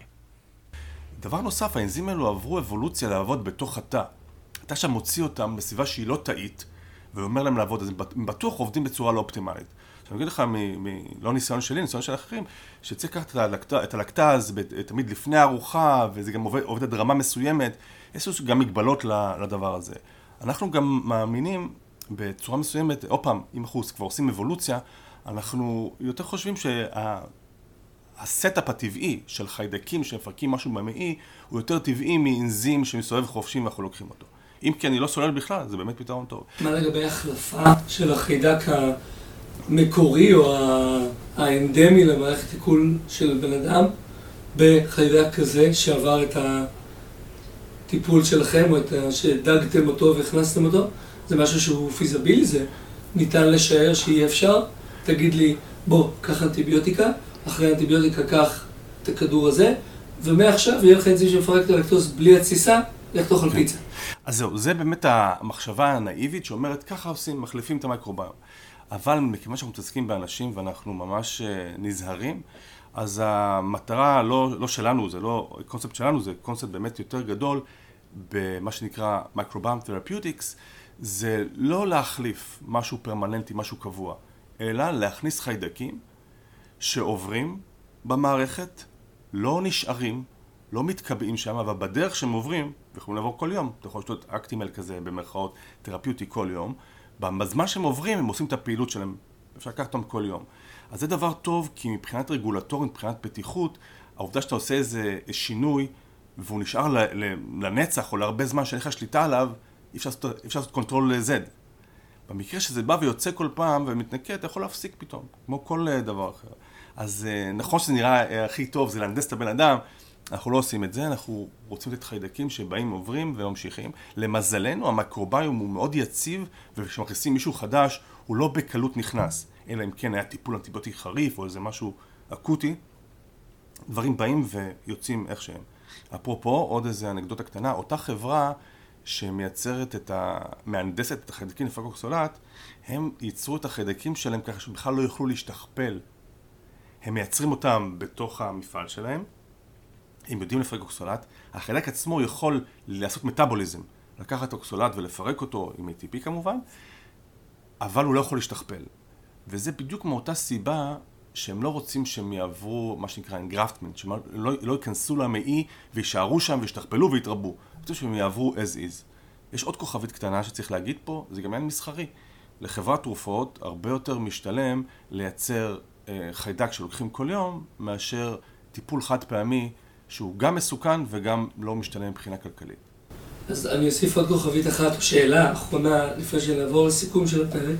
Speaker 2: דבר נוסף, האנזימים האלו עברו אבולוציה לעבוד בתוך התא. אתה שם מוציא אותם בסביבה שהיא לא תאית, ואומר להם לעבוד, אז הם בטוח עובדים בצורה לא אופטימלית. עכשיו, אני אגיד לך, לא ניסיון שלי, ניסיון של אחרים, שצריך לקחת את הלקטז תמיד לפני הארוחה, וזה גם עובד עד רמה מסוימת, יש גם מגבלות לדבר הזה. אנחנו גם מאמינים בצורה מסוימת, עוד פעם, אם אנחנו כבר עושים אבולוציה, אנחנו יותר חושבים הסטאפ הטבעי של חיידקים שמפרקים משהו במעי, הוא יותר טבעי מאנזים שמסובב חופשי ואנחנו לוקחים אותו. אם כי אני לא סולל בכלל, זה באמת פתרון טוב.
Speaker 3: מה לגבי החלפה של החיידק המקורי או האנדמי למערכת עיכול של בן אדם בחיידק כזה שעבר את הטיפול שלכם או שדגתם אותו והכנסתם אותו? זה משהו שהוא פיזבילי, זה ניתן לשער שיהיה אפשר? תגיד לי, בוא, קח אנטיביוטיקה, אחרי האנטיביוטיקה קח את הכדור הזה, ומעכשיו יהיה לך אנזים שמפרק את הלקטוז בלי התסיסה, לך תאכל פיצה.
Speaker 2: אז זהו, זה באמת המחשבה הנאיבית שאומרת, ככה עושים, מחליפים את המיקרוביום. אבל מכיוון שאנחנו מתעסקים באנשים ואנחנו ממש נזהרים, אז המטרה לא שלנו, זה לא קונספט שלנו, זה קונספט באמת יותר גדול, במה שנקרא מיקרוביום תרפיוטיקס, זה לא להחליף משהו פרמננטי, משהו קבוע, אלא להכניס חיידקים שעוברים במערכת, לא נשארים, לא מתקבעים שם, אבל בדרך שהם עוברים, ויכולים לעבור כל יום, אתה יכול לשתות אקטימל כזה במרכאות תרפיוטי כל יום, בזמן שהם עוברים הם עושים את הפעילות שלהם, אפשר לקחת אותם כל יום. אז זה דבר טוב, כי מבחינת רגולטורית, מבחינת בטיחות, העובדה שאתה עושה איזה שינוי, והוא נשאר לנצח או להרבה זמן שאין לך שליטה עליו, אפשר לעשות קונטרול Z. במקרה שזה בא ויוצא כל פעם ומתנקה, אתה יכול להפסיק פתאום, כמו כל דבר אחר. אז נכון שזה נראה הכי טוב, זה להנדס את הבן אדם, אנחנו לא עושים את זה, אנחנו רוצים לתת חיידקים שבאים, עוברים וממשיכים. למזלנו, המיקרוביום הוא מאוד יציב, וכשמכניסים מישהו חדש, הוא לא בקלות נכנס. אלא אם כן היה טיפול אנטיביוטי חריף או איזה משהו אקוטי, דברים באים ויוצאים איך שהם. אפרופו, עוד איזה אנקדוטה קטנה, אותה חברה שמייצרת מהנדסת את החיידקים לפקוקסולט, הם ייצרו את החיידקים שלהם ככה שבכלל לא יוכלו להשתכפל. הם מייצרים אותם בתוך המפעל שלהם, הם יודעים לפרק אוקסולט, החיידק עצמו יכול לעשות מטאבוליזם, לקחת אוקסולט ולפרק אותו עם ATP כמובן, אבל הוא לא יכול להשתכפל. וזה בדיוק מאותה סיבה שהם לא רוצים שהם יעברו מה שנקרא engraftment, שהם לא ייכנסו למעי וישארו שם וישתכפלו ויתרבו. רוצים שהם יעברו as is. יש עוד כוכבית קטנה שצריך להגיד פה, זה גם עניין מסחרי. לחברת תרופות הרבה יותר משתלם לייצר חיידק שלוקחים כל יום, מאשר טיפול חד פעמי שהוא גם מסוכן וגם לא משתלם מבחינה כלכלית.
Speaker 3: אז אני אוסיף עוד כוכבית אחת, או שאלה אחרונה, לפני שנעבור לסיכום של הפרק.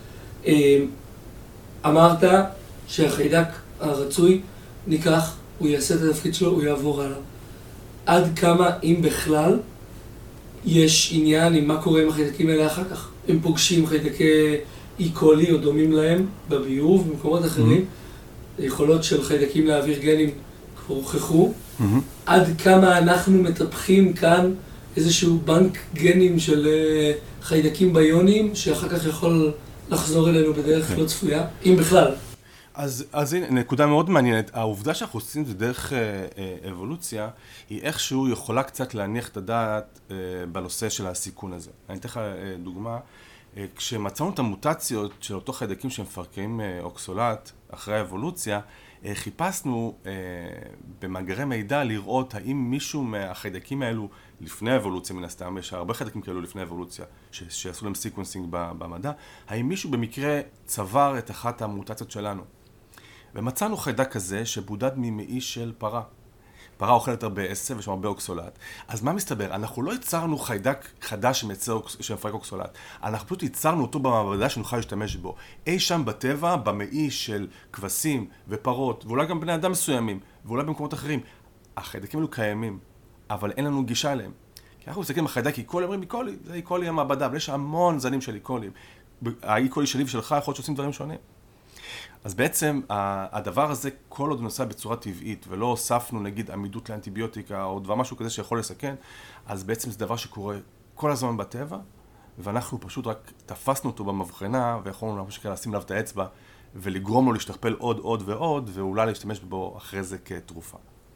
Speaker 3: אמרת שהחיידק הרצוי ניקח, הוא יעשה את התפקיד שלו, הוא יעבור הלאה. עד כמה, אם בכלל, יש עניין עם מה קורה עם החיידקים האלה אחר כך? הם פוגשים חיידקי אי-קולי או דומים להם בביוב, במקומות אחרים. יכולות של חיידקים להעביר גנים כבר הוכחו. עד כמה אנחנו מטפחים כאן איזשהו בנק גנים של חיידקים ביונים, שאחר כך יכול לחזור אלינו בדרך לא צפויה, אם בכלל.
Speaker 2: אז הנה, נקודה מאוד מעניינת. העובדה שאנחנו עושים את זה דרך אבולוציה, היא איכשהו יכולה קצת להניח את הדעת בנושא של הסיכון הזה. אני אתן לך דוגמה. כשמצאנו את המוטציות של אותו חיידקים שמפרקים אוקסולט אחרי האבולוציה, חיפשנו במאגרי מידע לראות האם מישהו מהחיידקים האלו לפני האבולוציה, מן הסתם, יש הרבה חיידקים כאלו לפני האבולוציה שעשו להם סיקוונסינג במדע, האם מישהו במקרה צבר את אחת המוטציות שלנו. ומצאנו חיידק כזה שבודד ממעי של פרה. פרה אוכלת הרבה עשב, יש שם הרבה אוקסולט. אז מה מסתבר? אנחנו לא ייצרנו חיידק חדש שמפרק אוקסולט. אנחנו פשוט ייצרנו אותו במעבדה שנוכל להשתמש בו. אי שם בטבע, במעי של כבשים ופרות, ואולי גם בני אדם מסוימים, ואולי במקומות אחרים. החיידקים האלו קיימים, אבל אין לנו גישה אליהם. כי אנחנו מסתכלים על חיידק אי-קולי, אומרים אי-קולי, זה אי-קולי המעבדה, אבל יש המון זנים של אי-קולים. האי-קולי שלי ושלך יכול להיות שעושים דברים שונים. אז בעצם הדבר הזה כל עוד נוסע בצורה טבעית ולא הוספנו נגיד עמידות לאנטיביוטיקה או דבר משהו כזה שיכול לסכן, אז בעצם זה דבר שקורה כל הזמן בטבע ואנחנו פשוט רק תפסנו אותו במבחנה ויכולנו לשים עליו את האצבע ולגרום לו להשתכפל עוד ועוד ואולי להשתמש בו אחרי זה כתרופה.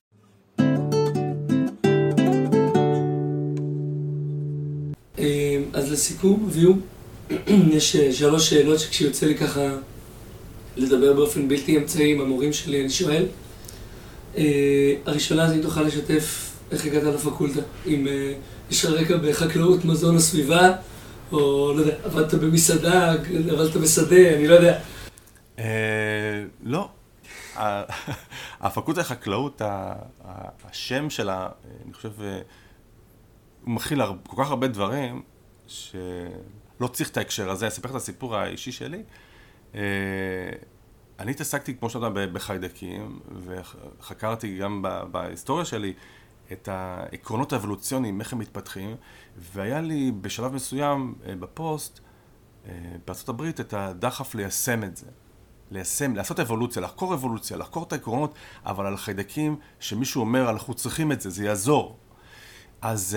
Speaker 3: אז לסיכום, ויו, יש 3 שאלות שכשיוצא לי ככה לדבר באופן בלתי אמצעי עם המורים שלי, אני שואל. הראשונה זה אם תוכל לשתף איך הגעת לפקולטה, אם יש לך רקע בחקלאות, מזון הסביבה, או לא יודע, עבדת במסעדה, עבדת בשדה, אני לא יודע.
Speaker 2: לא. הפקולטה לחקלאות, השם שלה, אני חושב, הוא מכיל כל כך הרבה דברים, שלא צריך את ההקשר הזה, אספר את הסיפור האישי שלי. אני התעסקתי, כמו שאתה יודע, בחיידקים, וחקרתי גם בהיסטוריה שלי את העקרונות האבולוציוניים, איך הם מתפתחים, והיה לי בשלב מסוים בפוסט, בארצות הברית, את הדחף ליישם את זה. לעשות אבולוציה, לחקור אבולוציה, לחקור את העקרונות, אבל על חיידקים שמישהו אומר, אנחנו צריכים את זה, זה יעזור. אז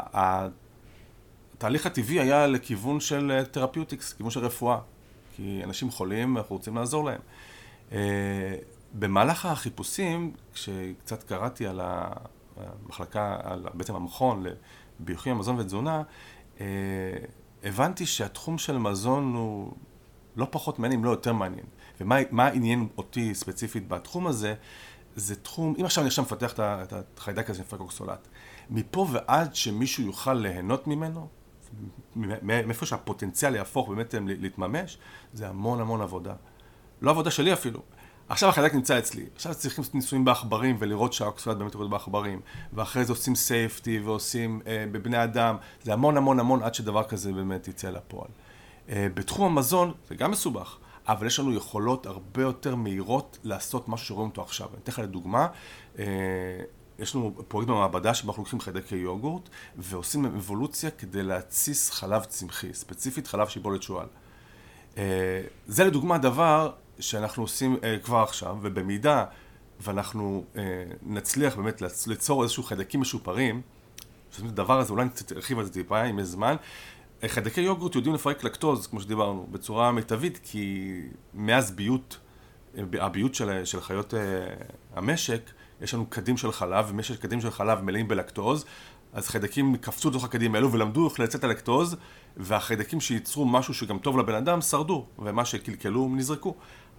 Speaker 2: התהליך הטבעי היה לכיוון של תרפיוטיקס, כיוון של רפואה. כי אנשים חולים, אנחנו רוצים לעזור להם. במהלך החיפושים, כשקצת קראתי על המחלקה, על בעצם המכון לביוכימיה, מזון ותזונה, הבנתי שהתחום של מזון הוא לא פחות מעניין, אם לא יותר מעניין. ומה עניין אותי ספציפית בתחום הזה, זה תחום, אם עכשיו אני עכשיו מפתח את החיידק הזה מפרק אוקסולט, מפה ועד שמישהו יוכל ליהנות ממנו, מאיפה שהפוטנציאל יהפוך באמת להתממש, זה המון עבודה. לא עבודה שלי אפילו. עכשיו החיידק נמצא אצלי. עכשיו צריכים לעשות ניסויים בעכברים ולראות שהאוקסולט באמת עובד בעכברים. ואחרי זה עושים סייפטי ועושים בבני אדם. זה המון עד שדבר כזה באמת יצא לפועל. בתחום המזון זה גם מסובך, אבל יש לנו יכולות הרבה יותר מהירות לעשות משהו שרואים אותו עכשיו. אני אתן לך לדוגמה, יש לנו פרויקט במעבדה שבה אנחנו לוקחים חיידקי יוגורט ועושים אבולוציה כדי להתסיס חלב צמחי, ספציפית חלב שיבולת שועל. זה לדוגמה דבר שאנחנו עושים כבר עכשיו, ובמידה ואנחנו נצליח באמת ליצור איזשהו חיידקים משופרים, זאת אומרת, הדבר הזה, אולי נרחיב על זה טיפה אם יש זמן, חיידקי יוגורט יודעים לפרק לקטוז, כמו שדיברנו, בצורה מיטבית, כי מאז הביות של חיות המשק, יש לנו קדים של חלב, ומי שיש קדים של חלב מלאים בלקטוז, אז חיידקים קפצו לתוך הקדים האלו ולמדו איך לצאת הלקטוז, והחיידקים שייצרו משהו שגם טוב לבן אדם שרדו, ומה שקלקלו נזרקו.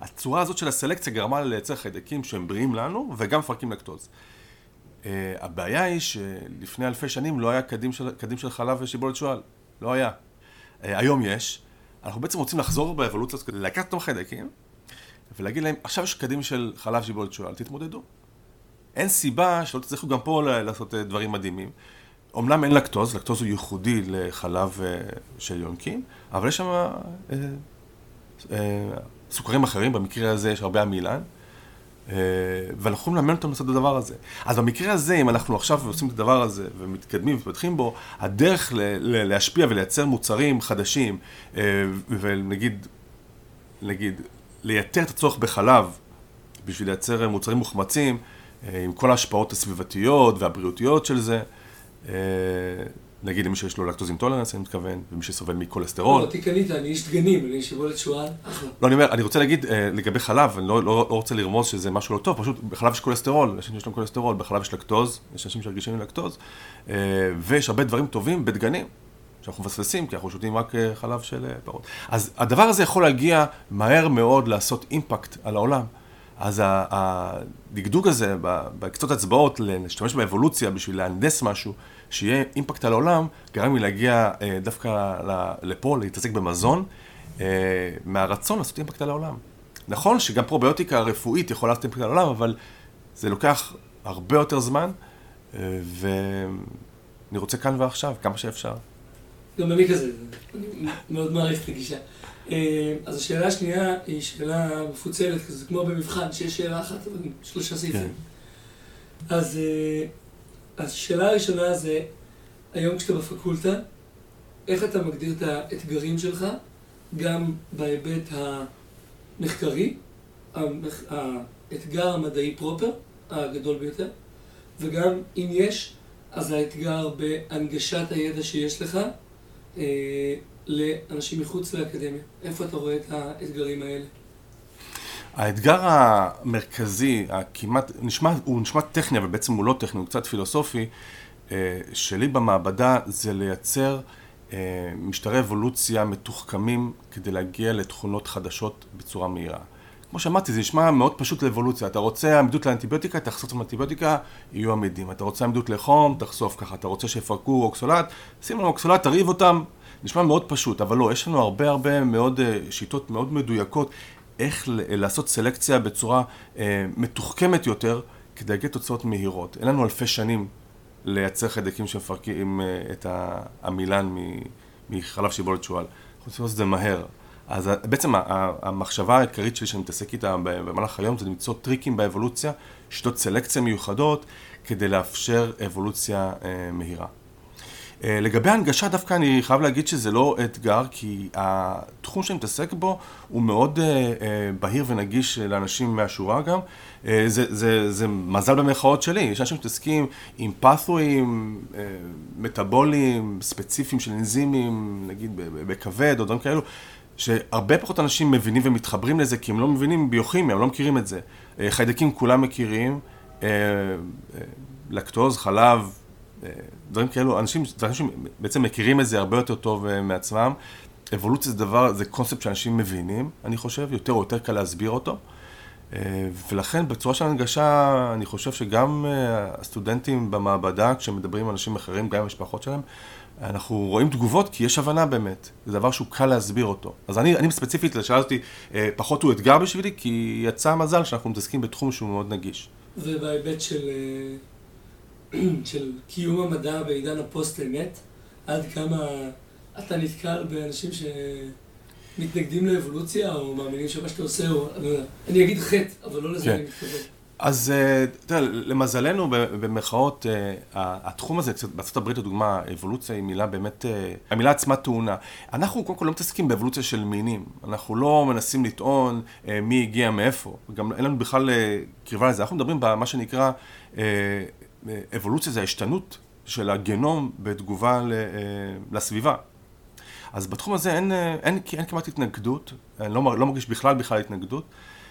Speaker 2: הצורה הזאת של הסלקציה גרמה לייצר חיידקים שהם בריאים לנו וגם מפרקים לקטוז. הבעיה היא שלפני אלפי שנים לא היה קדים של חלב ושיבולת שועל. לא היה. היום יש. אנחנו בעצם רוצים לחזור באבולוציה כדי לקחת אותם חיידקים ולהגיד להם, עכשיו יש קדים של חלב ושיבולת שועל, תתמודדו. אין סיבה שלא תצליחו גם פה לעשות דברים מדהימים. אמנם אין לקטוז, לקטוז הוא ייחודי לחלב של יונקים, אבל יש שם סוכרים אחרים, במקרה הזה יש הרבה עמילן, ואנחנו יכולים לאמן אותם לעשות את הדבר הזה. אז במקרה הזה, אם אנחנו עכשיו עושים את הדבר הזה ומתקדמים ומתפתחים בו, הדרך להשפיע ולייצר מוצרים חדשים, ונגיד, לייתר את הצורך בחלב, בשביל לייצר מוצרים מוחמצים, עם כל ההשפעות הסביבתיות והבריאותיות של זה, נגיד למי שיש לו לקטוז אינטולרנס, אני מתכוון, ומי שסובל מקולסטרול.
Speaker 3: לא, תיקנית, אני איש דגנים, אני שיבולת שועל.
Speaker 2: לא, אני רוצה להגיד לגבי חלב, אני לא רוצה לרמוז שזה משהו לא טוב, פשוט בחלב יש קולסטרול, יש להם קולסטרול, בחלב יש לקטוז, יש אנשים שרגישים ללקטוז, ויש הרבה דברים טובים בדגנים, שאנחנו מפספסים, כי אנחנו שותים רק חלב של פירות. אז הדבר הזה יכול להגיע מהר מאוד לעשות אימפקט על העולם. אז הדגדוג הזה, בקצות הצבעות, להשתמש באבולוציה בשביל להנדס משהו, שיהיה אימפקט על העולם, גרם לי להגיע דווקא לפה, להתעסק במזון, מהרצון לעשות אימפקט על העולם. נכון שגם פרוביוטיקה רפואית יכולה לעשות אימפקט על העולם, אבל זה לוקח הרבה יותר זמן, ואני רוצה כאן ועכשיו, כמה שאפשר.
Speaker 3: גם במי כזה, אני מאוד מעריך את הגישה. אז השאלה השנייה היא שאלה מפוצלת, זה כמו במבחן, שיש שאלה אחת, אבל 3 סעיפים. אז השאלה הראשונה זה, היום כשאתה בפקולטה, איך אתה מגדיר את האתגרים שלך, גם בהיבט המחקרי, האתגר המדעי פרופר, הגדול ביותר, וגם אם יש, אז האתגר בהנגשת הידע שיש לך, לאנשים מחוץ לאקדמיה. איפה אתה רואה את האתגרים האלה?
Speaker 2: האתגר המרכזי, הוא נשמע טכני, אבל בעצם הוא לא טכני, הוא קצת פילוסופי, שלי במעבדה זה לייצר משטרי אבולוציה מתוחכמים כדי להגיע לתכונות חדשות בצורה מהירה. כמו שאמרתי, זה נשמע מאוד פשוט לאבולוציה. אתה רוצה עמידות לאנטיביוטיקה, תחשוף עם אנטיביוטיקה, יהיו עמידים. אתה רוצה עמידות לחום, תחשוף ככה. אתה רוצה שיפרקו אוקסולט, שים לנו אוקסולט, תריב אותם. נשמע מאוד פשוט, אבל לא, יש לנו הרבה מאוד שיטות מאוד מדויקות איך לעשות סלקציה בצורה מתוחכמת יותר כדי להגיע תוצאות מהירות. אין לנו אלפי שנים לייצר חיידקים שמפרקים את העמילן מחלב שיבולת שועל. אנחנו רוצים לעשות את זה מהר. אז בעצם המחשבה העיקרית שלי שאני מתעסק איתה במהלך היום זה למצוא טריקים באבולוציה, שיטות סלקציה מיוחדות כדי לאפשר אבולוציה מהירה. לגבי ההנגשה דווקא אני חייב להגיד שזה לא אתגר, כי התחום שאני מתעסק בו הוא מאוד בהיר ונגיש לאנשים מהשורה גם. זה מזל במרכאות שלי, יש אנשים שמתעסקים עם פאת'וויים, מטאבוליים, ספציפיים של אנזימים, נגיד בכבד או דברים כאלו, שהרבה פחות אנשים מבינים ומתחברים לזה, כי הם לא מבינים ביוכימיה, הם לא מכירים את זה. חיידקים כולם מכירים, לקטוז, חלב, דברים כאלו, אנשים בעצם מכירים את זה הרבה יותר טוב מעצמם. אבולוציה זה קונספט שאנשים מבינים, אני חושב, יותר או יותר קל להסביר אותו. ולכן בצורה של הנגשה, אני חושב שגם הסטודנטים במעבדה, כשמדברים עם אנשים אחרים, גם עם המשפחות שלהם, אנחנו רואים תגובות כי יש הבנה באמת. זה דבר שהוא קל להסביר אותו. אז אני ספציפית, לשאלה אותי, פחות הוא אתגר בשבילי, כי יצא מזל שאנחנו מתעסקים בתחום שהוא מאוד נגיש.
Speaker 3: ובהיבט של קיום המדע בעידן הפוסט-אמת, עד כמה אתה נתקל באנשים שמתנגדים לאבולוציה, או מאמינים שמה שאתה עושה, או אני אגיד חטא, אבל לא לזה אני מתכוון.
Speaker 2: אז למזלנו, במרכאות, התחום הזה, בארצות הברית, לדוגמה, אבולוציה היא מילה באמת, המילה עצמה טעונה. אנחנו קודם כל לא מתעסקים באבולוציה של מינים. אנחנו לא מנסים לטעון מי הגיע מאיפה. גם אין לנו בכלל קרבה לזה. אנחנו מדברים במה שנקרא, אבולוציה זה ההשתנות של הגנום בתגובה לסביבה. אז בתחום הזה אין כמעט התנגדות, אני לא מרגיש בכלל התנגדות.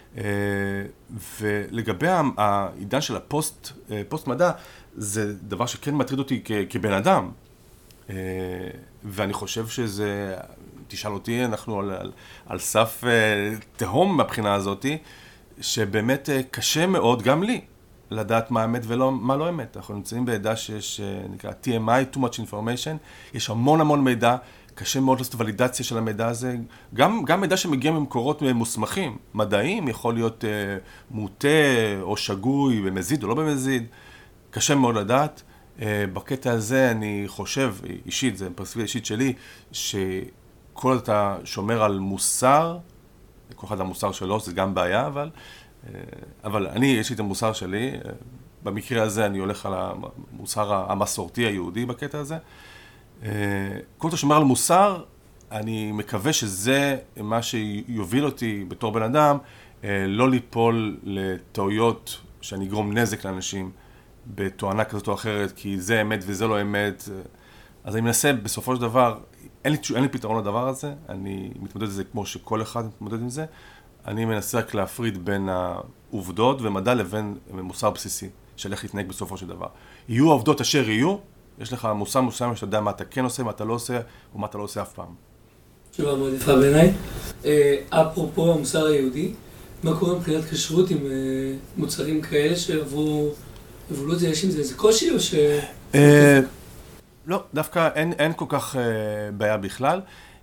Speaker 2: ולגבי העידן של הפוסט מדע, זה דבר שכן מטריד אותי כבן אדם. ואני חושב שזה, תשאל אותי, אנחנו על סף תהום מבחינה הזאת, שבאמת קשה מאוד, גם לי, לדעת מה האמת ומה לא אמת. אנחנו נמצאים בעדה שיש, נקרא TMI, Too Much Information, יש המון מידע, קשה מאוד לעשות ולידציה של המידע הזה, גם מידע שמגיע ממקורות מוסמכים, מדעיים, יכול להיות מוטה או שגוי, במזיד או לא במזיד, קשה מאוד לדעת. בקטע הזה אני חושב, אישית, זה פרספקטיבה אישית שלי, שכל עוד אתה שומר על מוסר, כל אחד המוסר שלו, זה גם בעיה, אבל אני, יש לי את המוסר שלי, במקרה הזה אני הולך על המוסר המסורתי היהודי בקטע הזה. כל אתה שומר על מוסר, אני מקווה שזה מה שיוביל אותי בתור בן אדם, לא ליפול לטעויות שאני אגרום נזק לאנשים בתואנה כזאת או אחרת, כי זה אמת וזה לא אמת. אז אני מנסה בסופו של דבר, אין לי פתרון לדבר הזה, אני מתמודד עם זה כמו שכל אחד מתמודד עם זה, אני מנסה רק להפריד בין העובדות ומדע לבין מוסר בסיסי, של איך להתנהג בסופו של דבר. יהיו העובדות אשר יהיו, יש לך מוסר מסוים שאתה יודע מה אתה כן עושה, מה אתה לא עושה, ומה אתה לא עושה אף פעם.
Speaker 3: תשובה מאוד יפה בעיניי. אפרופו המוסר היהודי, מה קורה מבחינת כשרות עם מוצרים כאלה שעברו אבולוציה? יש עם זה איזה קושי או ש...
Speaker 2: לא, דווקא אין כל כך בעיה בכלל.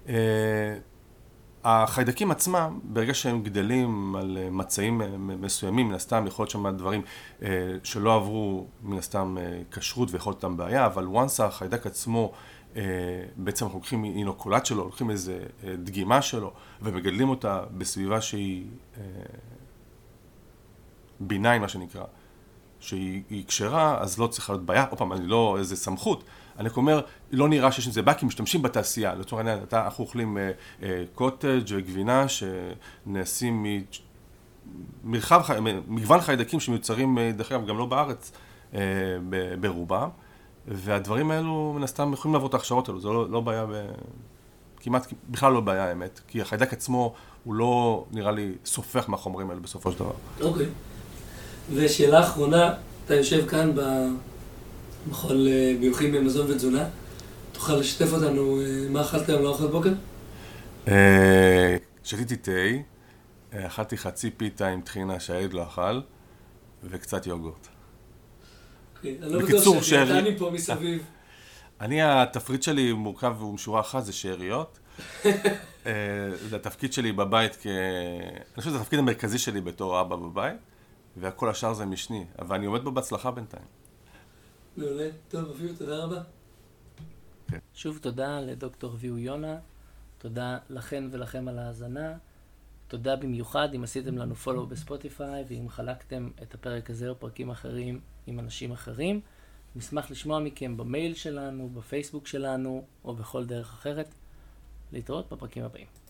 Speaker 2: החיידקים עצמם, ברגע שהם גדלים על מצעים מסוימים, מן הסתם יכול להיות שם דברים שלא עברו מן הסתם כשרות ויכול להיות אותם בעיה, אבל once החיידק עצמו, בעצם אנחנו לוקחים אינוקולט שלו, לוקחים איזה דגימה שלו ומגדלים אותה בסביבה שהיא ביניים, מה שנקרא, שהיא קשרה, אז לא צריכה להיות בעיה. עוד פעם, אני לא איזה סמכות. אני אומר, לא נראה שיש עם זה בעיה, כי משתמשים בתעשייה. לצורך העניין, אנחנו אוכלים קוטג' וגבינה שנעשים מגוון חיידקים שמיוצרים, דרך אגב, גם לא בארץ, ברובם. והדברים האלו, מן הסתם, יכולים לעבור את ההכשרות האלו. זה לא בעיה, כמעט, בכלל לא בעיה, האמת. כי החיידק עצמו, הוא לא, נראה לי, סופח מהחומרים האלו בסופו של דבר.
Speaker 3: אוקיי. ושאלה אחרונה, אתה יושב כאן במכון ביוכימיה, מזון ותזונה, תוכל לשתף אותנו מה אכלת היום לארוחת בוקר?
Speaker 2: שתיתי תה, אכלתי חצי פיתה עם טחינה שהילד לא אכל, וקצת יוגורט.
Speaker 3: אני לא בטוח שדיאטני פה מסביב.
Speaker 2: התפריט שלי מורכב ומשורה אחת, זה שאריות. זה התפקיד שלי בבית, אני חושב שזה התפקיד המרכזי שלי בתור אבא בבית. והכל השאר זה משני, אבל אני עומד בו בהצלחה בינתיים.
Speaker 3: מעולה, טוב, אביהו, תודה רבה.
Speaker 1: שוב תודה לדוקטור אביהו יונה, תודה לכן ולכם על ההאזנה, תודה במיוחד אם עשיתם לנו פולו בספוטיפיי, ואם חלקתם את הפרק הזה או פרקים אחרים עם אנשים אחרים. נשמח לשמוע מכם במייל שלנו, בפייסבוק שלנו, או בכל דרך אחרת. להתראות בפרקים הבאים.